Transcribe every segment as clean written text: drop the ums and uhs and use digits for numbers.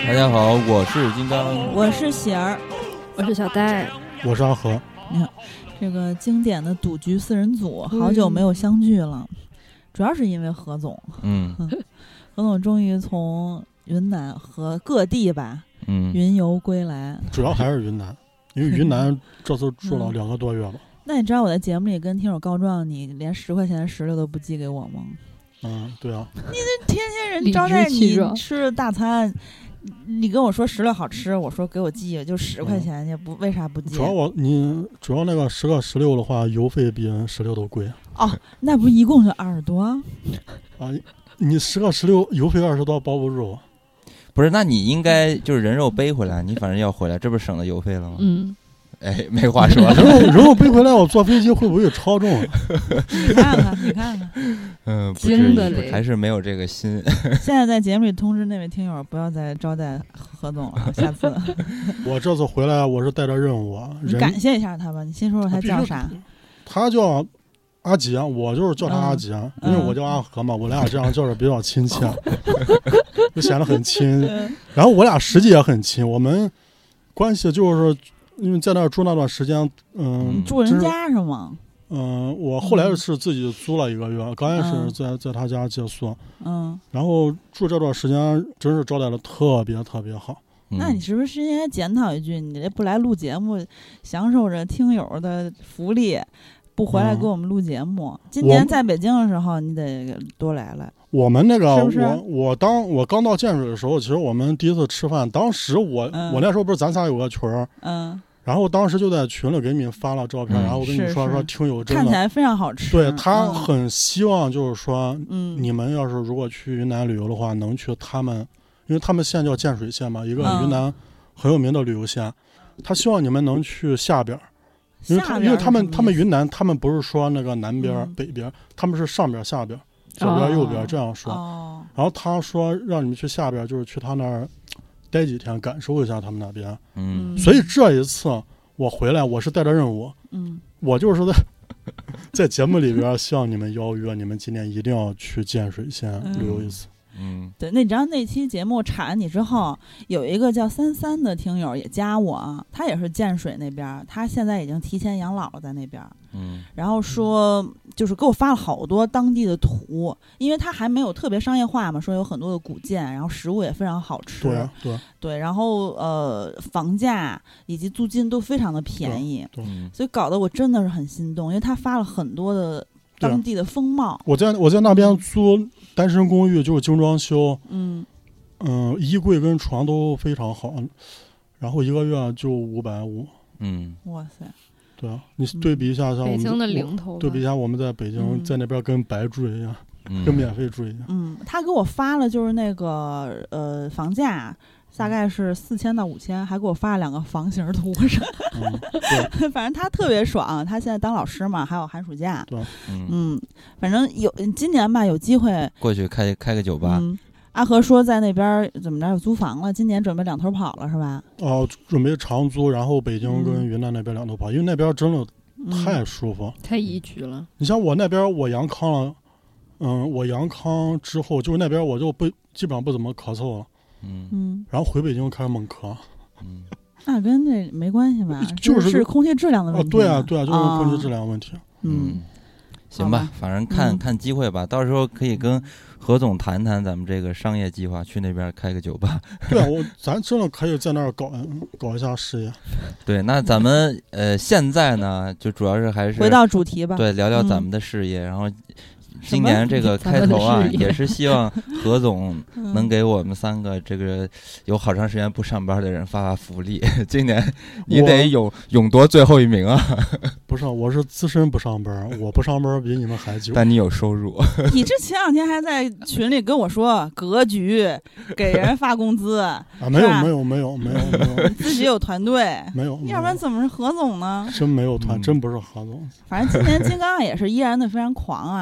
大家好，我是金刚， 我是喜儿， 我是小戴， 我是阿和。 你看这个经典的赌局四人组，好久没有相聚了，主要是因为何总。何总终于从云南和各地吧，云游归来。 主要还是云南，因为云南这次住了2个多月吧。 那你知道我在节目里跟听友告状，你连10块钱石榴都不寄给我吗？ 对啊。 你这天天人招待你吃的大餐，你跟我说石榴好吃，我说给我寄就10块钱，也不为啥不寄？ 主要那个10个石榴的话，邮费比石榴都贵。 哦，那不一共就20多啊？ 你10个石榴邮费20多包不住。 不是，那你应该就是人肉背回来，你反正要回来，这不是省了邮费了吗？没话说。 人肉背回来，我坐飞机会不会超重？ 你看看， 不至于，还是没有这个心。 现在在节目里通知那位听友，不要再招待何总了，下次。 我这次回来，我是带着任务啊。 你感谢一下他吧，你先说说他叫啥？ 他叫阿吉，我就是叫他阿吉，因为我叫阿和嘛，我俩这样叫着比较亲切，就显得很亲。然后我俩实际也很亲，我们关系就是因为在那儿住那段时间， 住人家是吗？ 我后来是自己租了1个月，刚开始在他家借宿，然后住这段时间真是招待的特别特别好。 那你是不是应该检讨一句，你这不来录节目，享受着听友的福利，不回来给我们录节目？今年在北京的时候，你得多来来。 我们那个， 是不是我刚到建水的时候，其实我们第一次吃饭，当时我那时候不是咱仨有个群儿，然后当时就在群里给你们发了照片，然后我跟你说听友真的看起来非常好吃。 对，他很希望就是说，你们要是如果去云南旅游的话，能去他们，因为他们县叫建水县嘛，一个云南很有名的旅游县，他希望你们能去下边。因为他们云南，他们不是说那个南边北边，他们是上边下边左边右边这样说。然后他说让你们去下边，就是去他那儿待几天，感受一下他们那边。所以这一次我回来，我是带着任务。我就是在节目里边希望你们邀约，你们今年一定要去建水县旅游一次。 对，那你知道那期节目铲了你之后，有一个叫33的听友也加我，他也是建水那边，他现在已经提前养老在那边。然后说就是给我发了好多当地的图，因为他还没有特别商业化嘛，说有很多的古建，然后食物也非常好吃。对，然后房价以及租金都非常的便宜，所以搞得我真的是很心动，因为他发了很多的当地的风貌。我在那边租单身公寓，就是精装修，衣柜跟床都非常好，然后1个月就550。 哇塞！ 对啊，你对比一下，像我们北京的零头， 对比一下我们在北京，在那边跟白住一样，跟免费住一样。 他给我发了就是那个房价。大概是4000到5000，还给我发了2个房型图上。反正他特别爽，他现在当老师嘛，还有寒暑假。反正今年吧，有机会过去开个酒吧。 阿和说在那边怎么着有租房了，今年准备2头跑了是吧？ 准备长租，然后北京跟云南那边2头跑，因为那边真的太舒服， 太宜居了。 你像我那边，我阳康了，我阳康之后，就是那边我就基本上不怎么咳嗽了。然后回北京开始猛咳。 那跟这没关系吧？ 就是空气质量的问题。 对啊，就是空气质量问题。 行吧，反正看机会吧，到时候可以跟何总谈谈咱们这个商业计划，去那边开个酒吧。 对啊，咱真的可以在那儿搞一下事业。 对，那咱们现在呢，就主要是还是回到主题吧。 对，聊聊咱们的事业，然后。今年这个开头啊，也是希望何总能给我们3个这个有好长时间不上班的人发福利。今年你得勇夺最后1名啊！ 不是，我是资深不上班，我不上班比你们还久。 但你有收入。 你这前2天还在群里跟我说格局，给人发工资啊？ 没有， 自己有团队， 没有， 要不然怎么是何总呢？ 真没有团，真不是何总。 反正今年金刚也是依然的非常狂啊，就是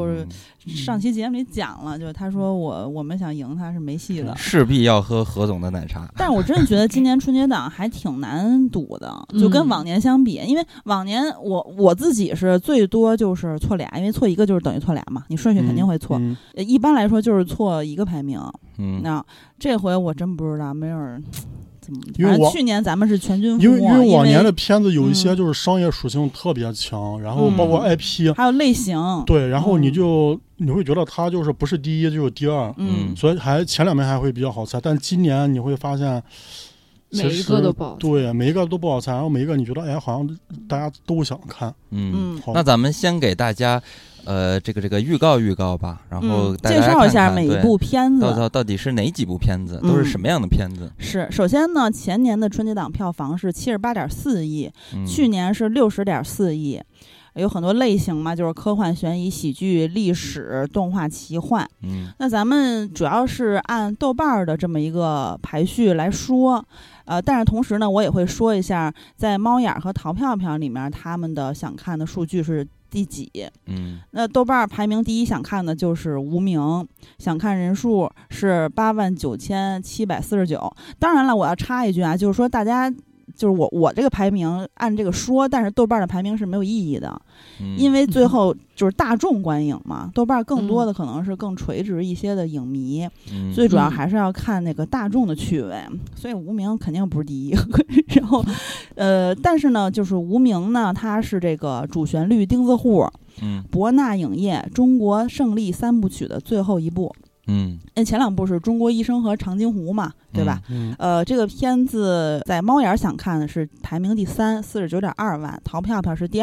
就是上期节目里讲了，就是他说我们想赢他是没戏的， 势必要喝何总的奶茶。 但是我真的觉得今年春节档还挺难赌的，就跟往年相比，因为往年我自己是最多就是错俩，因为错一个就是等于错俩嘛，你顺序肯定会错，一般来说就是错一个排名。那这回我真不知道，没有人。反正去年咱们是全军覆没， 因为往年的片子有一些就是商业属性特别强，然后包括 IP， 还有类型， 对，然后你会觉得它就是不是第一就是第二，所以前两名还会比较好猜，但今年你会发现。 每一个都不好猜， 对，每一个都不好猜，然后每一个你觉得好像大家都想看。 好，那咱们先给大家这个预告吧，然后大家介绍一下每一部片子到底是哪几部片子，都是什么样的片子。 是，首先呢，前年的春节档票房是78.4亿，去年是60.4亿。有很多类型嘛，就是科幻、悬疑、喜剧、历史、动画、奇幻。那咱们主要是按豆瓣的这么一个排序来说，但是同时呢，我也会说一下，在猫眼和淘票票里面，他们的想看的数据是第几。那豆瓣排名第一想看的就是《无名》，想看人数是89749。当然了，我要插一句啊，就是说大家。就是我这个排名按这个说，但是豆瓣的排名是没有意义的，因为最后就是大众观影嘛，豆瓣更多的可能是更垂直一些的影迷，最主要还是要看那个大众的趣味，所以无名肯定不是第一。然后但是呢，就是无名呢，它是这个主旋律钉子户，博纳影业中国胜利3部曲的最后一部。前两部是中国医生和长津湖嘛，对吧？这个片子在猫眼想看的是排名第3，49.2万，淘票票是第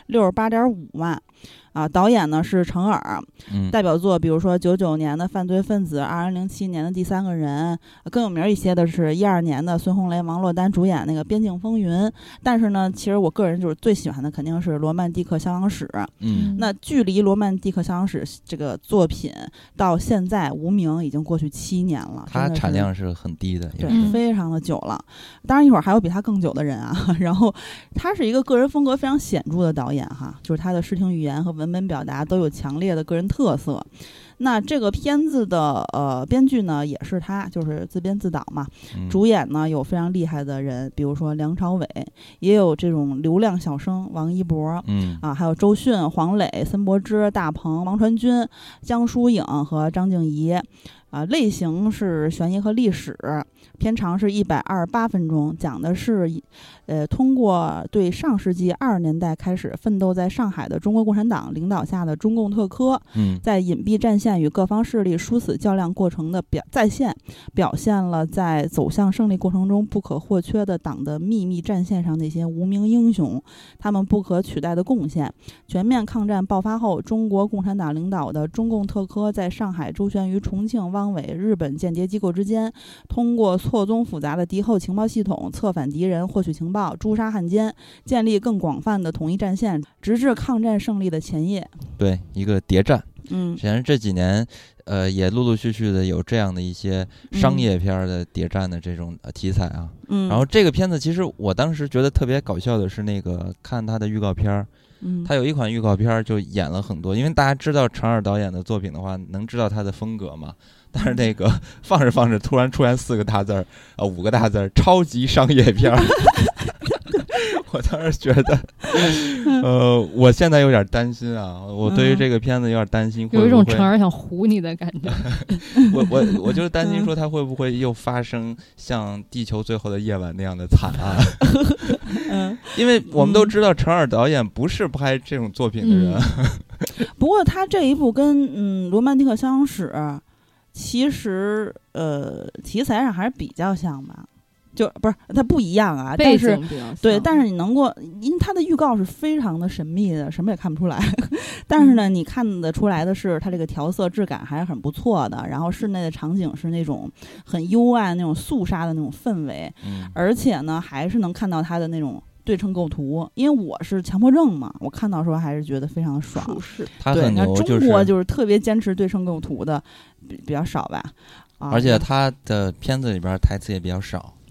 2，68.5万。导演呢是程耳，代表作比如说99年的《犯罪分子》，2007年的《第3个人》，更有名一些的是12年的孙红雷、王珞丹主演那个《边境风云》。但是呢，其实我个人就是最喜欢的肯定是《罗曼蒂克消亡史》。那距离《罗曼蒂克消亡史》这个作品到现在，无名已经过去7年了， 它产量是很低的， 对，非常的久了。当然一会儿还有比他更久的人啊。然后他是一个个人风格非常显著的导演哈，就是他的视听语言和文本表达都有强烈的个人特色。那这个片子的编剧呢也是他，就是自编自导嘛。主演呢有非常厉害的人，比如说梁朝伟，也有这种流量小生王一博，还有周迅、黄磊、森博之、大鹏、王传君、江疏影和张静怡。类型是悬疑和历史，片长是128分钟，讲的是通过对上世纪20年代开始奋斗在上海的中国共产党领导下的中共特科，在隐蔽战线与各方势力殊死较量过程的再现，表现了在走向胜利过程中不可或缺的党的秘密战线上那些无名英雄，他们不可取代的贡献。全面抗战爆发后，中国共产党领导的中共特科在上海周旋于重庆、汪伪、日本间谍机构之间，通过错综复杂的敌后情报系统策反敌人，获取情报，诛杀汉奸，建立更广泛的统一战线，直至抗战胜利的前夜。 对，一个谍战。实际上这几年也陆陆续续的有这样的一些商业片的谍战的这种题材啊。然后这个片子其实我当时觉得特别搞笑的是那个看他的预告片，他有一款预告片就演了很多，因为大家知道程耳导演的作品的话，能知道他的风格嘛。但是那个放着放着突然出现4个大字儿5个大字儿，超级商业片。我当时觉得我现在有点担心啊，我对于这个片子有点担心， 有一种程耳想唬你的感觉。 我就是担心说他会不会又发生像《地球最后的夜晚》那样的惨案。因为我们都知道程耳导演不是拍这种作品的人。 不过他这一部跟《罗曼蒂克消亡史》其实题材上还是比较像吧，就不是它不一样啊，但是对，但是你能够，因为它的预告是非常的神秘的，什么也看不出来。但是呢，你看得出来的是，它这个调色质感还是很不错的。然后室内的场景是那种很幽暗、那种肃杀的那种氛围，而且呢，还是能看到它的那种对称构图。因为我是强迫症嘛，我看到的时候还是觉得非常爽。 它很牛， 对，中国就是特别坚持对称构图的比较少吧。 而且他的片子里边台词也比较少。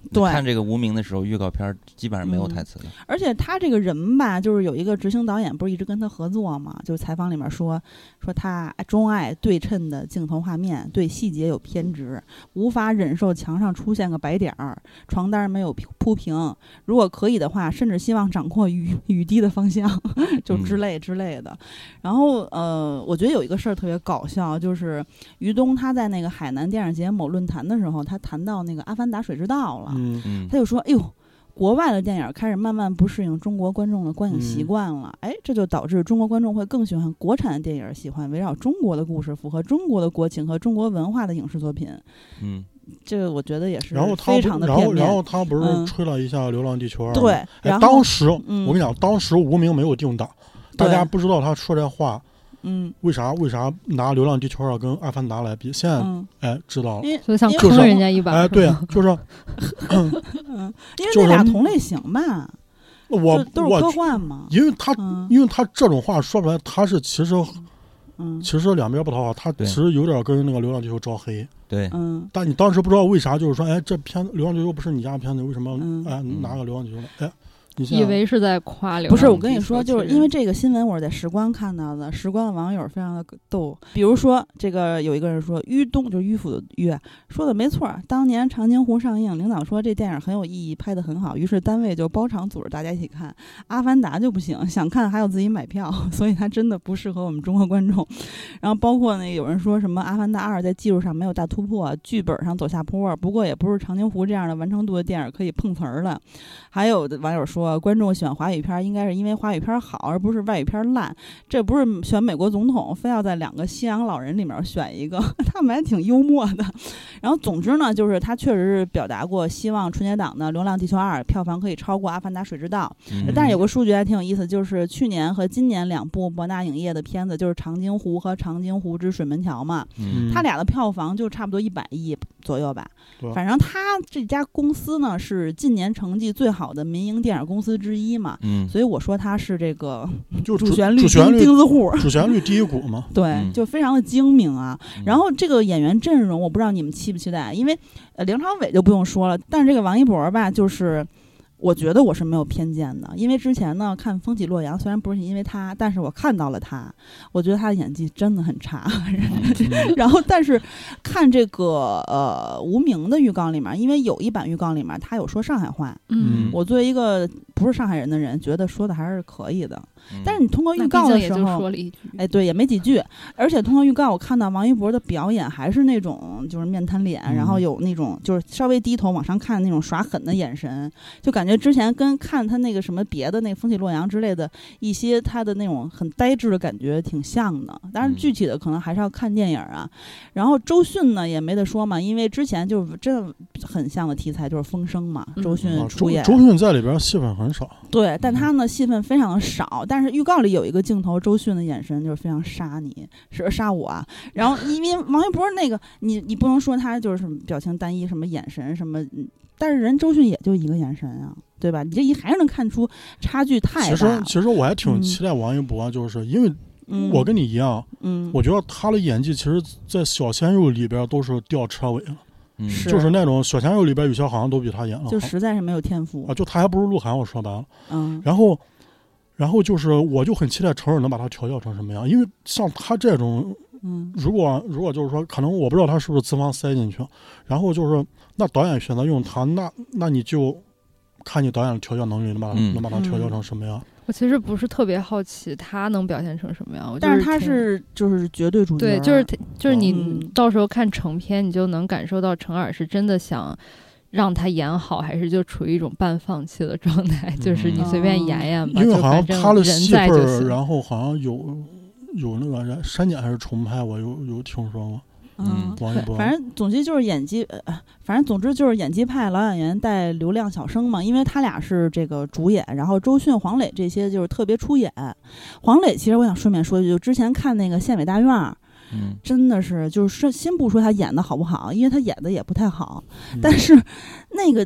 对， 看这个无名的时候，预告片基本上没有台词的。 而且他这个人吧，就是有一个执行导演，不是一直跟他合作嘛？就是采访里面说他钟爱对称的镜头画面，对细节有偏执，无法忍受墙上出现个白点儿，床单没有铺平。如果可以的话，甚至希望掌控雨滴的方向，就之类的。然后我觉得有一个事儿特别搞笑，就是于东他在那个海南电影节某论坛的时候，他谈到那个《阿凡达》水之道了，他就说：“哎呦，国外的电影开始慢慢不适应中国观众的观影习惯了，这就导致中国观众会更喜欢国产的电影，喜欢围绕中国的故事、符合中国的国情和中国文化的影视作品。”这个我觉得也是非常的片面。 然后他不是吹了一下《流浪地球2》？ 对，然后当时我跟你讲，当时无名没有定档，大家不知道他说这话。为啥拿《流浪地球2》跟《阿凡达》来比？现在知道了， 所以想坑人家一把。 对，就是因为那俩同类型吧，都是科幻嘛。 因为他这种话说出来，他是其实两边不讨好，他其实有点跟那个《流浪地球》招黑。 对， 但你当时不知道为啥，就是说，这片《流浪地球》不是你家片子，为什么拿个《流浪地球》来？ 以为是在夸流浪地球。 不是，我跟你说，就是因为这个新闻我是在时光看到的，时光的网友非常的逗。比如说，这个有一个人说于东就是迂腐的迂，说的没错，当年长津湖上映，领导说这电影很有意义，拍得很好，于是单位就包场组织大家一起看。阿凡达就不行，想看还要自己买票，所以它真的不适合我们中国观众。然后包括有人说什么阿凡达2在技术上没有大突破，剧本上走下坡，不过也不是长津湖这样的完成度的电影可以碰瓷儿的。还有的网友说，观众选华语片应该是因为华语片好，而不是外语片烂。这不是选美国总统，非要在2个西洋老人里面选一个，他们还挺幽默的。然后总之呢，就是他确实是表达过希望春节档的《流浪地球2》票房可以超过《阿凡达：水之道》。但是有个数据还挺有意思，就是去年和今年2部博纳影业的片子，就是《长津湖》和《长津湖之水门桥》嘛，他俩的票房就差不多100亿左右吧。反正他这家公司呢是近年成绩最好的民营电影公司之一嘛，所以我说他是这个主旋律钉子户， 主旋律第一股嘛。 对，就非常的精明啊。然后这个演员阵容，我不知道你们期不期待，因为梁朝伟就不用说了，但是这个王一博吧，就是我觉得我是没有偏见的，因为之前呢看《风起洛阳》，虽然不是因为他，但是我看到了他，我觉得他的演技真的很差。然后但是看这个无名的预告里面，因为有一版预告里面他有说上海话，我作为一个不是上海人的人，觉得说的还是可以的。但是你通过预告的时候， 也就说了一句， 对，也没几句。而且通过预告，我看到王一博的表演还是那种就是面瘫脸，然后有那种就是稍微低头往上看那种耍狠的眼神，就感觉之前跟看他那个什么别的那个《风起洛阳》之类的一些他的那种很呆滞的感觉挺像的。当然具体的可能还是要看电影啊。然后周迅呢也没得说嘛，因为之前就真的很像的题材就是风声嘛，周迅出演。 周迅在里边戏份很少， 对，但他呢戏份非常的少。但是预告里有一个镜头，周迅的眼神就是非常杀你，是杀我啊。然后因为王一博那个你不能说他就是什么表情单一，什么眼神什么，但是人周迅也就一个眼神啊，对吧？你这还是能看出差距太大了。 其实我还挺期待王一博，就是因为我跟你一样，我觉得他的演技其实在小鲜肉里边都是吊车尾了。就是那种小鲜肉里边有些好像都比他演了， 就实在是没有天赋啊！就他还不如鹿晗，我说白了。然后就是我就很期待成人能把他调教成什么样，因为像他这种，如果就是说，可能我不知道他是不是资方塞进去，然后就是那导演选择用他，那你就看你导演的调教能力能把他调教成什么样。 我其实不是特别好奇他能表现成什么样， 但是他是就是绝对主角， 对，就是你到时候看成片，你就能感受到程耳是真的想让他演好，还是就处于一种半放弃的状态，就是你随便演演吧。 因为好像他的戏份，然后好像有那个删减还是重拍，我有听说过。 反正总之就是演技，总之就是演技派老演员带流量小生嘛，因为他俩是这个主演，然后周迅、黄磊这些就是特别出演。黄磊其实我想顺便说一句，就之前看那个《县委大院》，真的是就是先不说他演的好不好，因为他演的也不太好，但是那个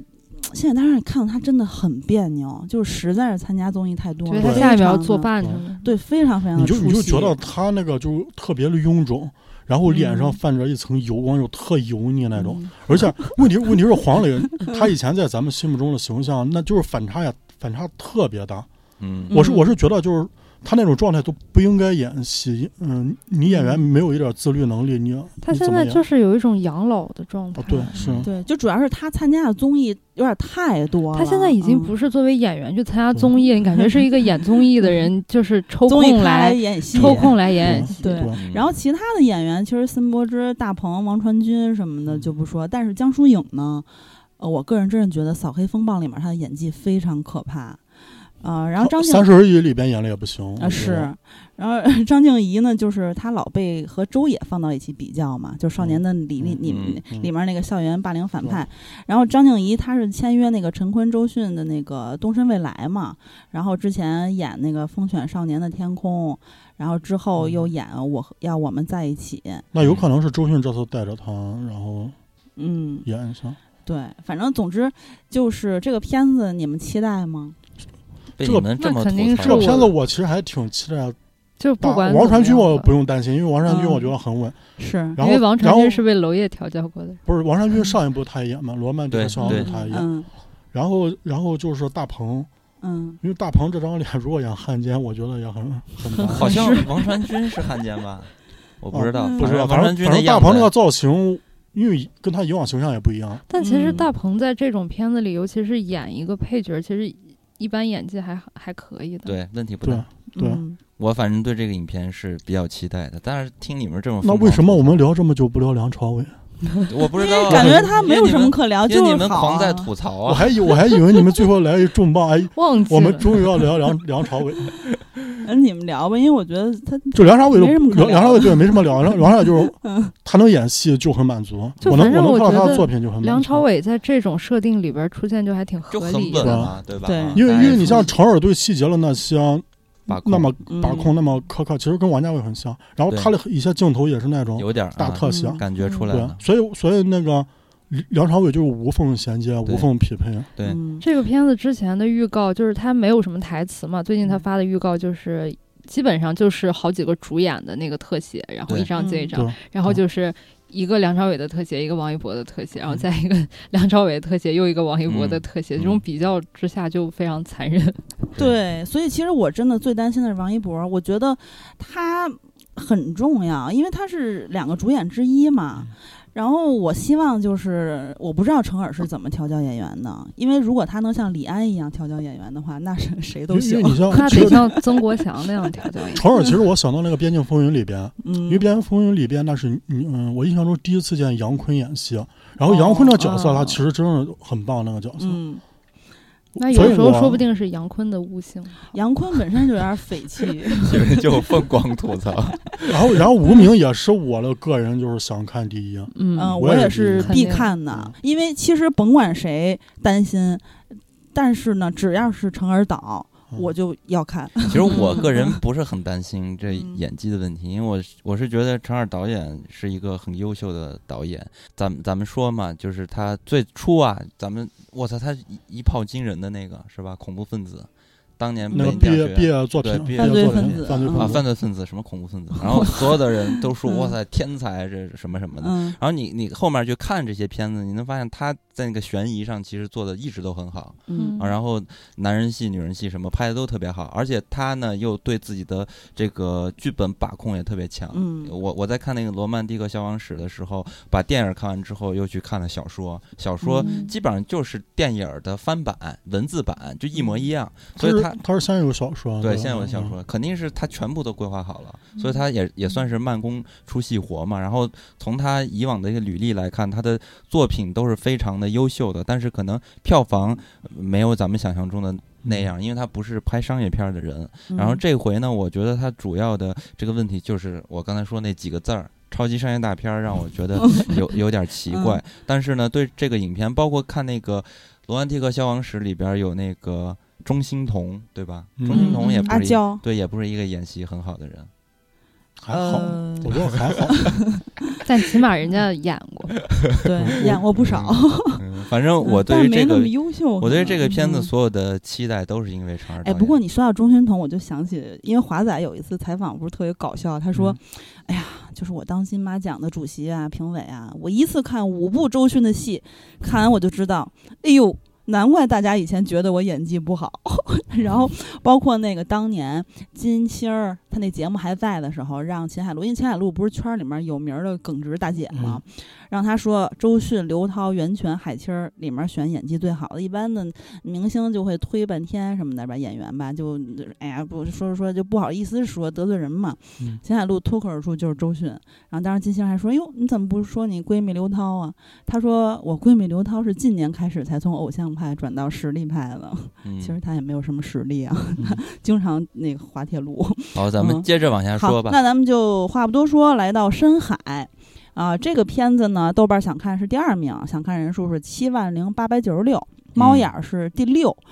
现在当然看到他真的很别扭，就是实在是参加综艺太多了。 他下一秒要做饭去了， 对，非常非常的出戏。 你就觉得他那个就特别的臃肿，然后脸上泛着一层油光，又特油腻那种。而且问题是黄磊，他以前在咱们心目中的形象，那就是反差特别大。我是觉得就是他那种状态都不应该演戏。你演员没有一点自律能力， 他现在就是有一种养老的状态。 对，是， 对，就主要是他参加的综艺有点太多了。 他现在已经不是作为演员去参加综艺，你感觉是一个演综艺的人，就是抽空来演戏。 对，然后其他的演员，其实孙柏芝、大鹏、王传君什么的就不说，但是江疏影呢，我个人真的觉得《扫黑风暴》里面他的演技非常可怕。然后张静 30而已里边演的也不行是，然后张静怡呢，就是她老被和周也放到一起比较嘛，就《少年的里面那个校园霸凌反派。然后张静怡她是签约那个陈坤、周迅的那个东深未来嘛，然后之前演那个《风犬少年的天空》，然后之后又演我们在一起。 那有可能是周迅这次带着他，然后演一下。 对，反正总之就是这个片子你们期待吗？ 被你们这么吐槽， 这个片子我其实还挺期待。 就不管王传君我不用担心，因为王传君我觉得很稳。 是， 然后因为王传君是被娄烨调教过的。 不是王传君上一部他也演嘛，罗曼蒂克消亡史他也演。然后就是大鹏。因为大鹏这张脸如果演汉奸，我觉得也很难。 好像王传君是汉奸吧？我不知道， 不知道。 反正大鹏那个造型，因为跟他以往形象也不一样。 但其实大鹏在这种片子里，尤其是演一个配角，其实一般演技还可以的。 对，问题不大。 对， 我反正对这个影片是比较期待的。但是听你们这么那为什么我们聊这么久不聊梁朝伟？ 我不知道， 感觉他没有什么可聊，就是你们狂在吐槽啊！ 我还以为你们最后来一重磅， 忘记我们终于要聊梁朝伟。 你们聊吧，因为我觉得他就梁朝伟对没什么聊，梁朝伟就是他能演戏就很满足，我能看到他的作品就很满足。 梁朝伟在这种设定里边出现就还挺合理的，对吧？ 因为你像成尔对细节的那些那么把控那么苛刻，其实跟王家卫很像。然后他的一些镜头也是那种有点大特写， 感觉出来了。 所以那个梁朝伟就是无缝衔接，无缝匹配。 对， 这个片子之前的预告就是他没有什么台词嘛，最近他发的预告就是基本上就是好几个主演的那个特写，然后一张接一张，然后就是一个梁朝伟的特写，一个王一博的特写，然后再一个梁朝伟的特写，又一个王一博的特写，这种比较之下就非常残忍。 对，所以其实我真的最担心的是王一博，我觉得他很重要，因为他是2个主演之一嘛。然后我希望就是我不知道成尔是怎么调教演员的，因为如果他能像李安一样调教演员的话，那是谁都行。 他得像曾国祥那样调教演员。 成尔其实我想到那个《边境风云》里边，因为《边境风云》里边那是我印象中第一次见杨坤演戏，然后杨坤的角色他其实真的很棒，那个角色。 那有时候说不定是杨坤的悟性。 杨坤本身就有点匪气， 就疯狂吐槽。 然后无名也是我的个人就是想看第一。 我也是必看的，因为其实甭管谁担心，但是呢，只要是成尔导，我就要看。 其实我个人不是很担心这演技的问题，因为我是觉得成尔导演是一个很优秀的导演。咱们说嘛，就是他最初啊，我操，他一炮惊人的那个是吧？恐怖分子。当年那个毕业作品， 犯罪分子犯罪分子什么恐怖分子，然后所有的人都说哇塞天才这什么什么的，然后你后面去看这些片子，你能发现他在那个悬疑上其实做的一直都很好，然后男人戏女人戏什么拍的都特别好，而且他呢又对自己的这个剧本把控也特别强。我在看那个《罗曼蒂克消亡史》的时候，把电影看完之后又去看了小说基本上就是电影的翻版文字版就一模一样，所以他是先有小说， 对，先有小说，肯定是他全部都规划好了，所以他也算是慢工出细活嘛。然后从他以往的一个履历来看，他的作品都是非常的优秀的，但是可能票房没有咱们想象中的那样，因为他不是拍商业片的人。然后这回呢，我觉得他主要的这个问题就是我刚才说那几个字儿。超级商业大片让我觉得有点奇怪，但是呢，对这个影片，包括看那个《罗曼蒂克消亡史》里边有那个钟欣桐，对吧？钟欣桐也不是对，也不是一个演戏很好的人， 还好，我觉得还好， 但起码人家演过， 对，演过不少。 反正我对于这个优秀， 我对这个片子所有的期待都是因为程耳导演。 不过你说到钟欣桐，我就想起，因为华仔有一次采访不是特别搞笑，他说：“哎呀，就是我当金马奖的主席啊、评委啊，我一次看5部周迅的戏，看完我就知道，哎呦。”难怪大家以前觉得我演技不好，然后包括那个当年金星儿他那节目还在的时候，让秦海璐，因为秦海璐不是圈里面有名的耿直大姐吗？让他说周迅、刘涛、袁泉、海清儿里面选演技最好的，一般的明星就会推半天什么的吧，演员吧就哎呀不说就不好意思说得罪人嘛。秦海璐脱口而出就是周迅，然后当时金星还说：“哟，你怎么不说你闺蜜刘涛啊？”他说：“我闺蜜刘涛是近年开始才从偶像派转到实力派的，其实他也没有什么实力啊，经常那个滑铁卢。” 好，咱们接着往下说吧。 那咱们就话不多说，来到深海。这个片子呢，豆瓣想看是第2名，想看人数是70896，猫眼是第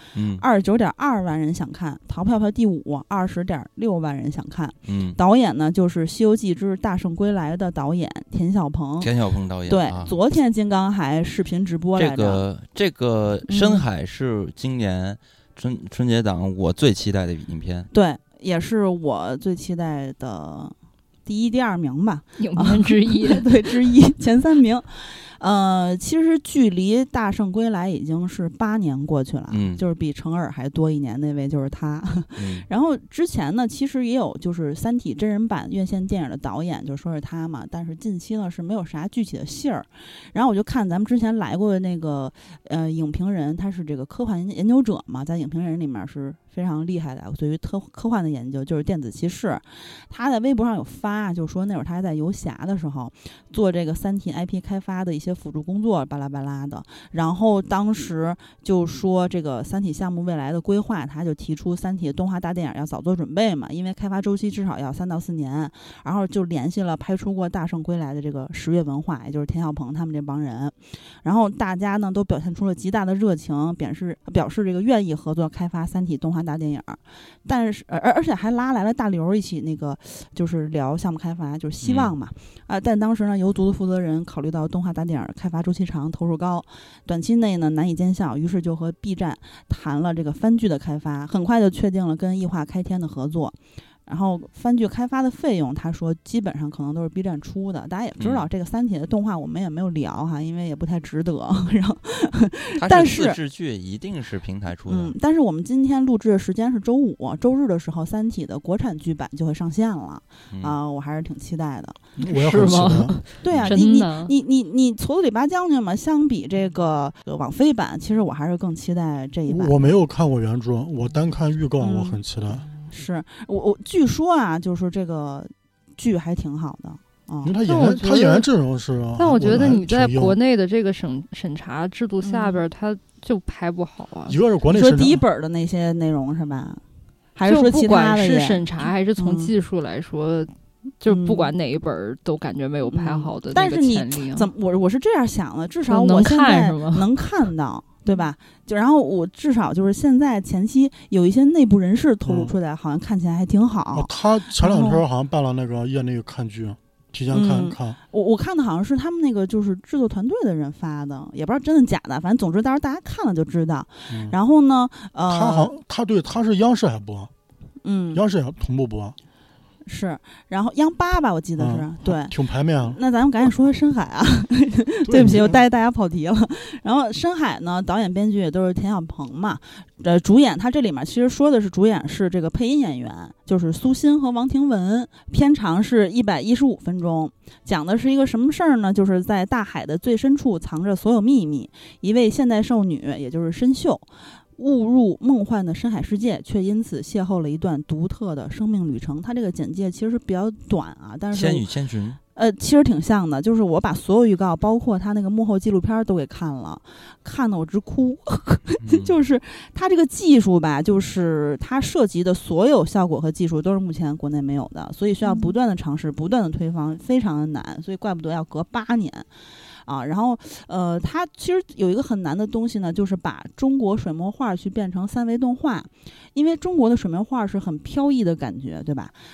6，29.2万人想看，淘票票第5，20.6万人想看。导演呢就是《西游记之大圣归来》的导演田晓鹏导演。 对，昨天金刚还视频直播来着。 这个深海是今年春节档我最期待的影片。 对，也是我最期待的。第1、第2名吧， 影片之一， 对，之一，前3名。其实距离《大圣归来》已经是8年过去了，就是比程耳还多1年，那位就是他。然后之前呢，其实也有就是《三体》真人版院线电影的导演就说是他嘛，但是近期呢是没有啥具体的信儿。然后我就看咱们之前来过的那个影评人，他是这个科幻研究者嘛，在影评人里面是非常厉害的，对于科幻的研究，就是电子骑士。他在微博上有发，就说那会儿他还在游侠的时候做这个三体 IP 开发的一些辅助工作，巴拉巴拉的。然后当时就说这个三体项目未来的规划，他就提出三体动画大电影要早做准备嘛，因为开发周期至少要3到4年。然后就联系了拍出过《大圣归来》的这个十月文化，也就是田晓鹏他们这帮人。然后大家呢都表现出了极大的热情，表示这个愿意合作开发三体动画大电影。但是而且还拉来了大刘一起那个就是聊项目开发，就是希望嘛。但当时呢游族的负责人考虑到动画大电影开发周期长投入高，短期内呢难以见效，于是就和 B 站谈了这个番剧的开发，很快就确定了跟异化开天的合作。然后番剧开发的费用他说基本上可能都是 B 站出的，大家也知道这个三体的动画我们也没有聊哈，因为也不太值得。然后但是自制剧一定是平台出的。 但是我们今天录制的时间是周5，周日的时候三体的国产剧版就会上线了。我还是挺期待的。 我也很期待。 对啊，你矬子里拔将军嘛，相比这个网飞版其实我还是更期待这一版。 我没有看过原著，我单看预告我很期待。 是我据说啊，就是这个剧还挺好的因为他演员阵容是。 但我觉得你在国内的这个审查制度下边，他就拍不好啊。 一个是国内说第一本的那些内容是吧？还是说其他的？ 不管是审查还是从技术来说，就不管哪一本都感觉没有拍好的那个潜力。 但是你我是这样想的，至少我现在能看到。对吧？就然后我至少就是现在前期有一些内部人士透露出来，好像看起来还挺好。 他前2天好像办了那个业内看剧，提前看。 我看的好像是他们那个就是制作团队的人发的，也不知道真的假的，反正总之到时候大家看了就知道。然后呢，他是央视还播，央视也同步播。是，然后央8吧，我记得是，对， 挺排面啊。 那咱们赶紧说深海啊，对不起，我带大家跑题了。然后深海呢，导演编剧也都是田晓鹏嘛，主演他这里面其实说的是主演是这个配音演员，就是苏欣和王庭文。片长是115分钟，讲的是一个什么事儿呢？就是在大海的最深处藏着所有秘密，一位现代少女，也就是申秀。误入梦幻的深海世界，却因此邂逅了一段独特的生命旅程。它这个简介其实比较短啊，但是千与千寻其实挺像的，就是我把所有预告包括他那个幕后纪录片都给看了，看得我直哭。就是他这个技术吧，就是他涉及的所有效果和技术都是目前国内没有的，所以需要不断的尝试，不断的推翻，非常的难，所以怪不得要隔8年。然后它其实有一个很难的东西呢，就是把中国水墨画去变成3维动画，因为中国的水墨画是很飘逸的感觉，对吧？那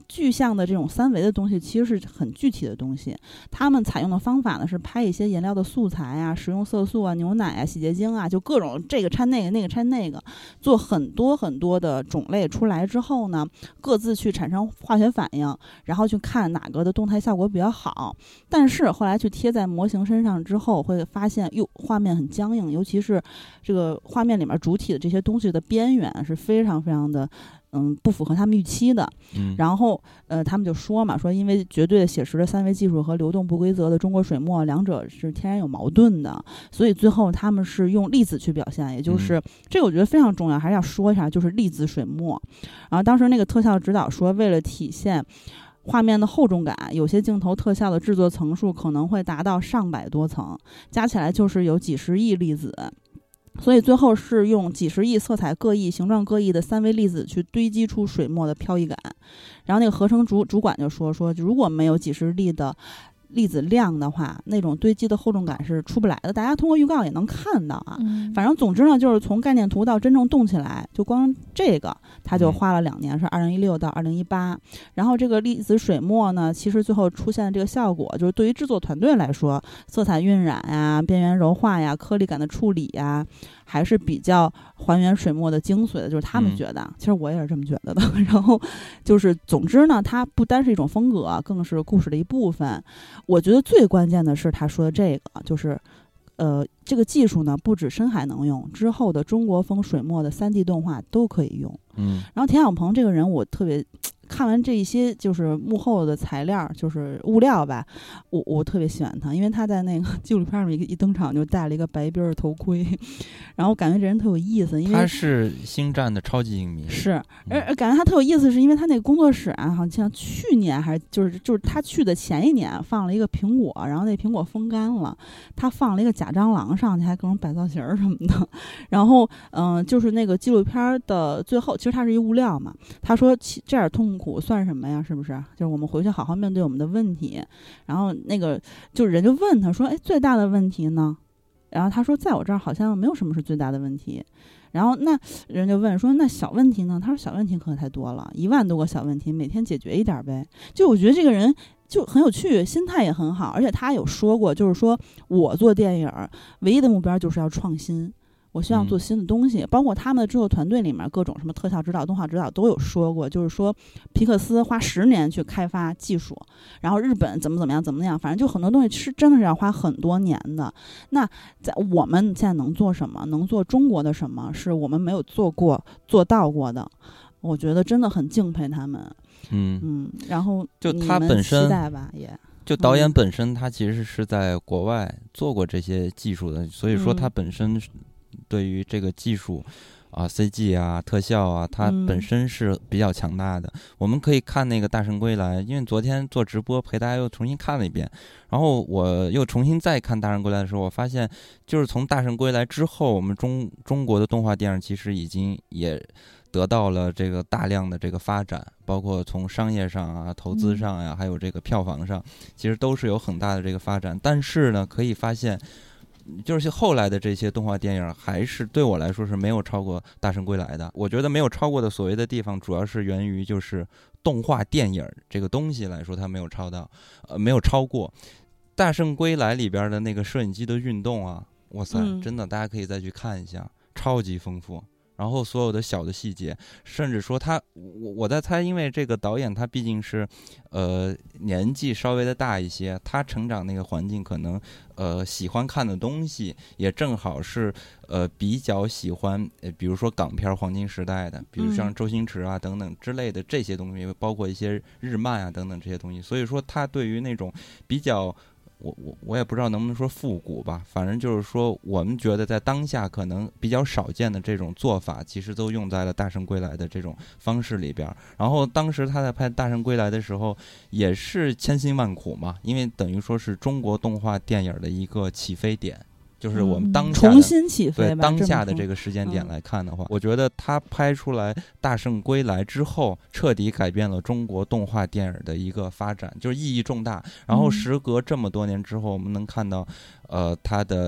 具象的这种3维的东西其实是很具体的东西。他们采用的方法呢是拍一些颜料的素材啊，食用色素啊、牛奶啊、洗洁精啊，就各种这个掺那个，那个掺那个，做很多很多的种类出来之后呢，各自去产生化学反应，然后去看哪个的动态效果比较好。但是后来去贴在模型身上之后，会发现画面很僵硬，尤其是这个画面里面主体的这些东西的边缘是非常非常的不符合他们预期的。然后他们就说嘛，说因为绝对的写实的3维技术和流动不规则的中国水墨两者是天然有矛盾的，所以最后他们是用粒子去表现，也就是这个我觉得非常重要，还是要说一下，就是粒子水墨。然后当时那个特效指导说，为了体现画面的厚重感，有些镜头特效的制作层数可能会达到上百多层，加起来就是有几十亿粒子，所以最后是用几十亿色彩各异、形状各异的3维粒子去堆积出水墨的飘逸感。然后那个合成主管就说如果没有几十粒的粒子量的话，那种堆积的厚重感是出不来的。大家通过预告也能看到啊。反正总之呢，就是从概念图到真正动起来，就光这个他就花了2年，是2016到2018。然后这个粒子水墨呢，其实最后出现的这个效果，就是对于制作团队来说，色彩晕染呀、边缘柔化呀、颗粒感的处理呀，还是比较还原水墨的精髓的，就是他们觉得，其实我也是这么觉得的。然后就是总之呢，它不单是一种风格，更是故事的一部分。我觉得最关键的是他说的这个，就是这个技术呢不止深海能用，之后的中国风水墨的3D 动画都可以用。然后田晓鹏这个人我特别看完这一些就是幕后的材料，就是物料吧，我特别喜欢他，因为他在那个纪录片里一登场就戴了一个白边的头盔，然后感觉这人特有意思，因为他是星战的超级影迷， 是，而感觉他特有意思，是因为他那个工作室啊，好像去年还是就是他去的前一年放了一个苹果，然后那苹果风干了，他放了一个假蟑螂上去，还各种摆造型什么的。然后就是那个纪录片的最后，其实它是一物料嘛，他说这点痛苦算什么呀？是不是？就是我们回去好好面对我们的问题。然后那个就人就问他说：“哎，最大的问题呢？”然后他说：“在我这儿好像没有什么是最大的问题。”然后那人就问说：“那小问题呢？”他说：“小问题可太多了，1万多个小问题，每天解决一点呗。”就我觉得这个人就很有趣，心态也很好，而且他有说过，就是说我做电影唯一的目标就是要创新。我希望做新的东西，包括他们的制作团队里面各种什么特效指导、动画指导都有说过，就是说皮克斯花10年去开发技术，然后日本怎么样，反正就很多东西是真的是要花很多年的。那在我们现在能做什么？能做中国的什么是我们没有做到过的？我觉得真的很敬佩他们。然后就他本身期待吧，也。 就导演本身，他其实是在国外做过这些技术的，所以说他本身对于这个技术啊、CG 啊、特效啊，它本身是比较强大的。我们可以看那个《大圣归来》，因为昨天做直播陪大家又重新看了一遍，然后我又重新再看《大圣归来》的时候，我发现就是从《大圣归来》之后，我们中国的动画电影其实已经也得到了这个大量的这个发展，包括从商业上啊、投资上呀，还有这个票房上，其实都是有很大的这个发展。但是呢，可以发现就是后来的这些动画电影还是对我来说是没有超过《大圣归来》的。我觉得没有超过的所谓的地方，主要是源于就是动画电影这个东西来说，它没有超过《大圣归来》里边的那个摄影机的运动啊，哇塞，真的大家可以再去看一下，超级丰富。然后所有的小的细节，甚至说我在猜，因为这个导演他毕竟是年纪稍微的大一些，他成长那个环境可能喜欢看的东西也正好是比较喜欢比如说港片黄金时代的，比如像周星驰啊等等之类的这些东西，包括一些日漫啊等等这些东西，所以说他对于那种比较我也不知道能不能说复古吧，反正就是说我们觉得在当下可能比较少见的这种做法，其实都用在了《大圣归来》的这种方式里边。然后当时他在拍《大圣归来》的时候也是千辛万苦嘛，因为等于说是中国动画电影的一个起飞点，就是我们当下重新起飞吧， 对当下的这个时间点来看的话，我觉得他拍出来《大圣归来》之后，彻底改变了中国动画电影的一个发展，就是意义重大。然后时隔这么多年之后，我们能看到他的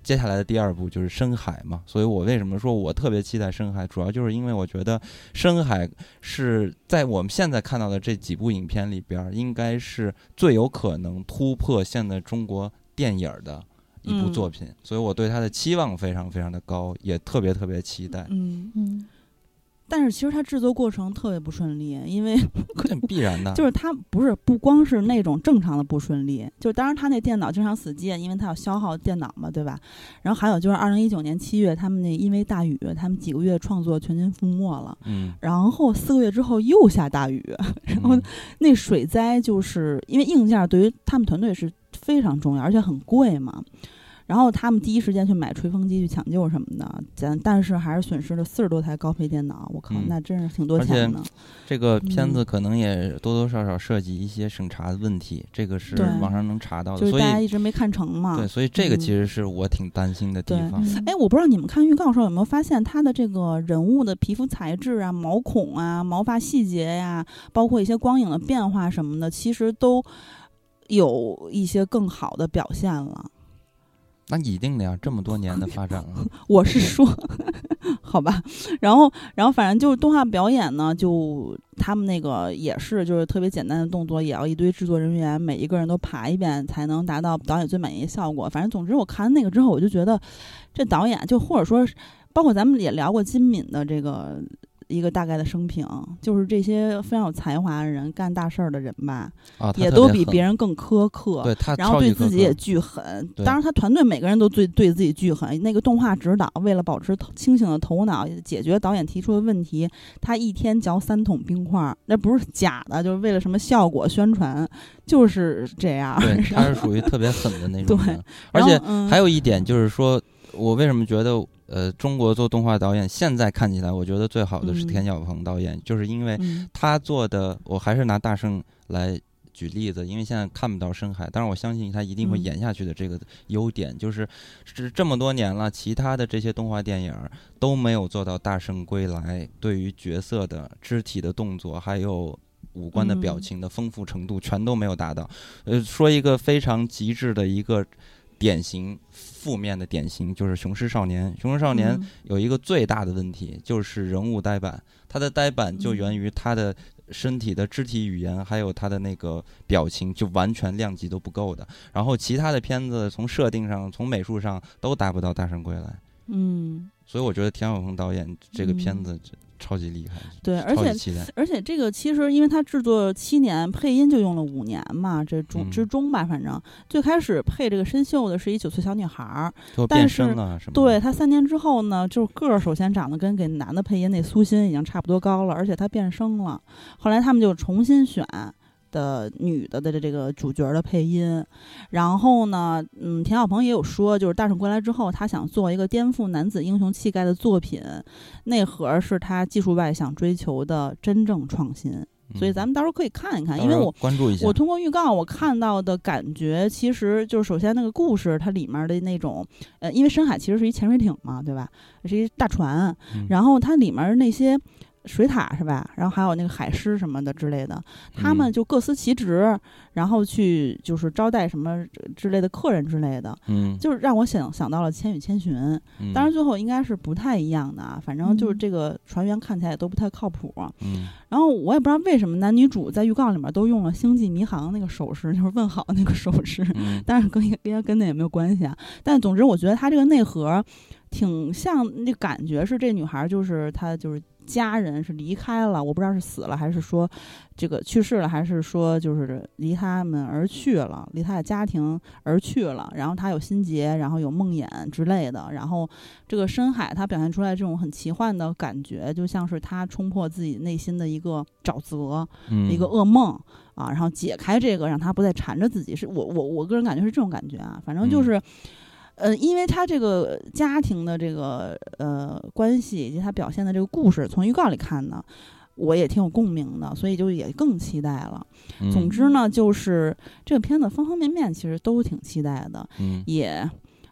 接下来的第二部就是深海嘛，所以我为什么说我特别期待深海，主要就是因为我觉得深海是在我们现在看到的这几部影片里边应该是最有可能突破现在中国电影的一部作品，所以我对它的期望非常非常的高，也特别特别期待。 但是其实它制作过程特别不顺利，因为必然的， 就是它不光是那种正常的不顺利，就当然它那电脑经常死机，因为它要消耗电脑嘛，对吧？然后还有就是2019年7月，他们那因为大雨，他们几个月创作全军覆没了，然后4个月之后又下大雨，然后那水灾就是因为硬件对于他们团队是非常重要，而且很贵嘛。然后他们第一时间去买吹风机去抢救什么的，但是还是损失了40多台高配电脑，我靠，那真是挺多钱的。 而且这个片子可能也多多少少涉及一些审查的问题，这个是网上能查到的， 就是大家一直没看成嘛。 对，所以这个其实是我挺担心的地方。 我不知道你们看预告的时候有没有发现，他的这个人物的皮肤材质啊、毛孔啊、毛发细节呀，包括一些光影的变化什么的，其实都有一些更好的表现了。 那一定的呀，这么多年的发展了。 我是说好吧，然后反正就是动画表演呢，就他们那个也是就是特别简单的动作，也要一堆制作人员每一个人都爬一遍才能达到导演最满意的效果。反正总之我看那个之后，我就觉得这导演就或者说包括咱们也聊过金敏的这个一个大概的生平，就是这些非常有才华的人，干大事儿的人吧，也都比别人更苛刻， 对他， 然后对自己也巨狠。当然，他团队每个人都对自己巨狠。那个动画指导为了保持清醒的头脑，解决导演提出的问题，他一天嚼3桶冰块，那不是假的，就是为了什么效果宣传，就是这样。 对，他是属于特别狠的那种人。 对， 而且还有一点就是说，我为什么觉得中国做动画导演现在看起来我觉得最好的是田晓鹏导演，就是因为他做的，我还是拿大圣来举例子，因为现在看不到深海，但是我相信他一定会演下去的这个优点，就是这么多年了，其他的这些动画电影都没有做到大圣归来对于角色的肢体的动作还有五官的表情的丰富程度全都没有达到。说一个非常极致的一个典型负面的典型就是雄狮少年。雄狮少年有一个最大的问题就是人物呆板，他的呆板就源于他的身体的肢体语言还有他的那个表情就完全量级都不够的，然后其他的片子从设定上从美术上都达不到大圣归来。所以我觉得田晓鹏导演这个片子超级厉害， 对，而且这个其实因为他制作7年，配音就用了5年嘛，这之中吧，反正最开始配这个申秀的是一9岁小女孩，但是对他3年之后呢，就是个儿首先长得跟给男的配音那苏欣已经差不多高了，而且他变声了，后来他们就重新选的女的这个主角的配音。然后呢田晓鹏也有说，就是大圣归来之后他想做一个颠覆男子英雄气概的作品，内核是他技术外想追求的真正创新。所以咱们到时候可以看一看，因为我关注一下， 我通过预告我看到的感觉，其实就是首先那个故事它里面的那种因为深海其实是一潜水艇嘛，对吧，是一大船，然后它里面那些水獭是吧，然后还有那个海狮什么的之类的，他们就各司其职，然后去就是招待什么之类的客人之类的，就是让我想到了《千与千寻》，当然最后应该是不太一样的啊，反正就是这个船员看起来也都不太靠谱，然后我也不知道为什么男女主在预告里面都用了星际迷航那个手势，就是问好那个手势，当然跟那也没有关系啊，但总之我觉得他这个内核挺像，那感觉是这女孩就是她就是家人是离开了，我不知道是死了还是说这个去世了，还是说就是离他们而去了，离他的家庭而去了，然后他有心结，然后有梦魇之类的，然后这个深海他表现出来这种很奇幻的感觉，就像是他冲破自己内心的一个沼泽，一个噩梦啊，然后解开这个让他不再缠着自己，是我个人感觉是这种感觉啊，反正就是因为他这个家庭的这个关系以及他表现的这个故事，从预告里看呢，我也挺有共鸣的，所以就也更期待了。总之呢，就是这个片子方方面面其实都挺期待的，也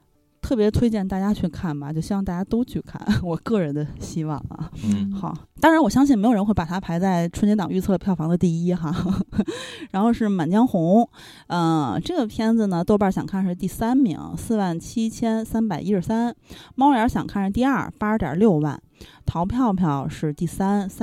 特别推荐大家去看吧，就希望大家都去看，我个人的希望啊。好，当然我相信没有人会把它排在春节档预测票房的第一哈。然后是《满江红》，这个片子呢，豆瓣想看是第3名，47313，猫眼想看是第2，82.6万，淘票票是第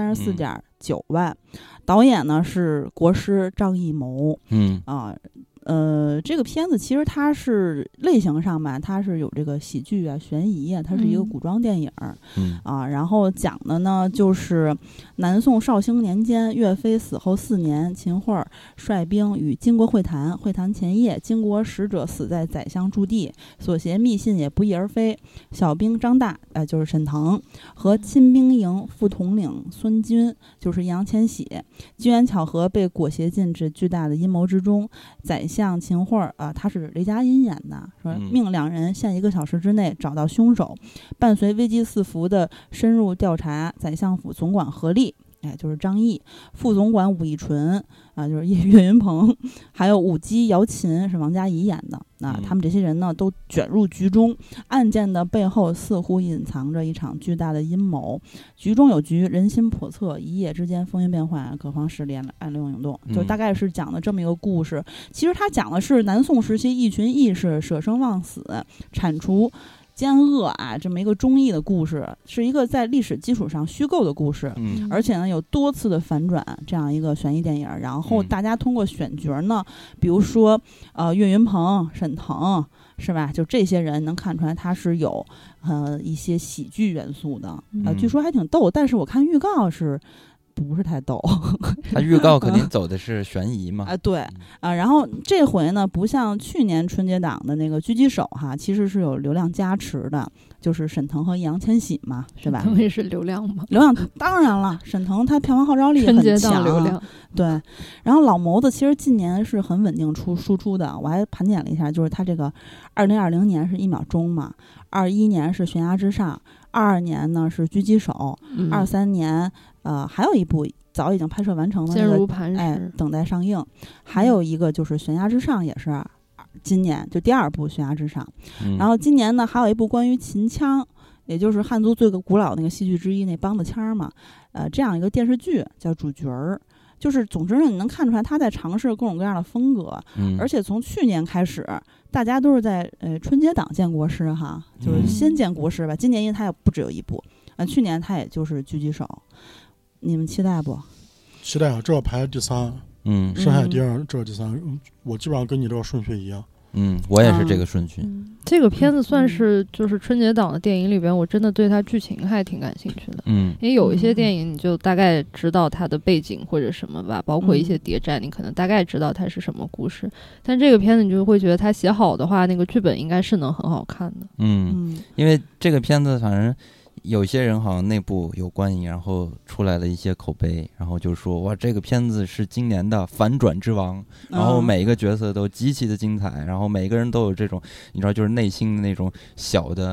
3，34.9万，导演呢是国师张艺谋，这个片子其实它是类型上吧，它是有这个喜剧啊、悬疑啊，它是一个古装电影，然后讲的呢就是南宋绍兴年间，岳飞死后4年，秦桧率兵与金国会谈，会谈前夜，金国使者死在宰相驻地，所携密信也不翼而飞。小兵张大，就是沈腾，和亲兵营副统领孙军，就是易烊千玺，机缘巧合被裹挟进这巨大的阴谋之中。宰相秦桧他是雷佳音演的，说命2人限1个小时之内找到凶手，伴随危机四伏的深入调查，宰相府总管何力，就是张译，副总管武义纯就是岳云鹏，还有舞姬姚琴是王佳怡演的。他们这些人呢都卷入局中，案件的背后似乎隐藏着一场巨大的阴谋，局中有局，人心叵测，一夜之间风云变幻，各方势力暗流涌动，就大概是讲的这么一个故事。其实他讲的是南宋时期一群义士舍生忘死，铲除奸恶这么一个忠义的故事，是一个在历史基础上虚构的故事，而且呢有多次的反转，这样一个悬疑电影。然后大家通过选角呢，比如说岳云鹏、沈腾，是吧？就这些人能看出来他是有一些喜剧元素的，据说还挺逗，但是我看预告是不是太逗。 他预告肯定走的是悬疑嘛。 对然后这回呢，不像去年春节档的那个狙击手其实是有流量加持的，就是沈腾和易烊千玺嘛，对吧？ 他们是流量吗？ 流量当然了，沈腾他票房号召力很强， 春节档流量。 对，然后老谋子其实近年是很稳定输出的，我还盘点了一下，就是他这个2020年是1秒钟嘛，21年是悬崖之上，22年呢是狙击手，23年还有一部早已经拍摄完成的坚如磐石， 等待上映，还有一个就是悬崖之上，也是今年就第2部悬崖之上，然后今年呢还有一部关于秦腔，也就是汉族最古老那个戏剧之一那梆子腔嘛，这样一个电视剧叫主角儿。就是总之呢，你能看出来他在尝试各种各样的风格，而且从去年开始，大家都是在春节档见国师哈，就是先见国师吧。今年因为他也不只有一部，去年他也就是狙击手，你们期待不？ 期待啊，这个排第3，深海第2，这个第3，我基本上跟你这个顺序一样。 我也是这个顺序。 这个片子算是就是春节档的电影里边，我真的对它剧情还挺感兴趣的。因为有一些电影你就大概知道它的背景或者什么吧，包括一些谍战，你可能大概知道它是什么故事。但这个片子你就会觉得它写好的话，那个剧本应该是能很好看的。 因为这个片子反正有些人好像内部有观影，然后出来了一些口碑，然后就说哇，这个片子是今年的反转之王，然后每一个角色都极其的精彩，然后每个人都有这种你知道就是内心的那种小的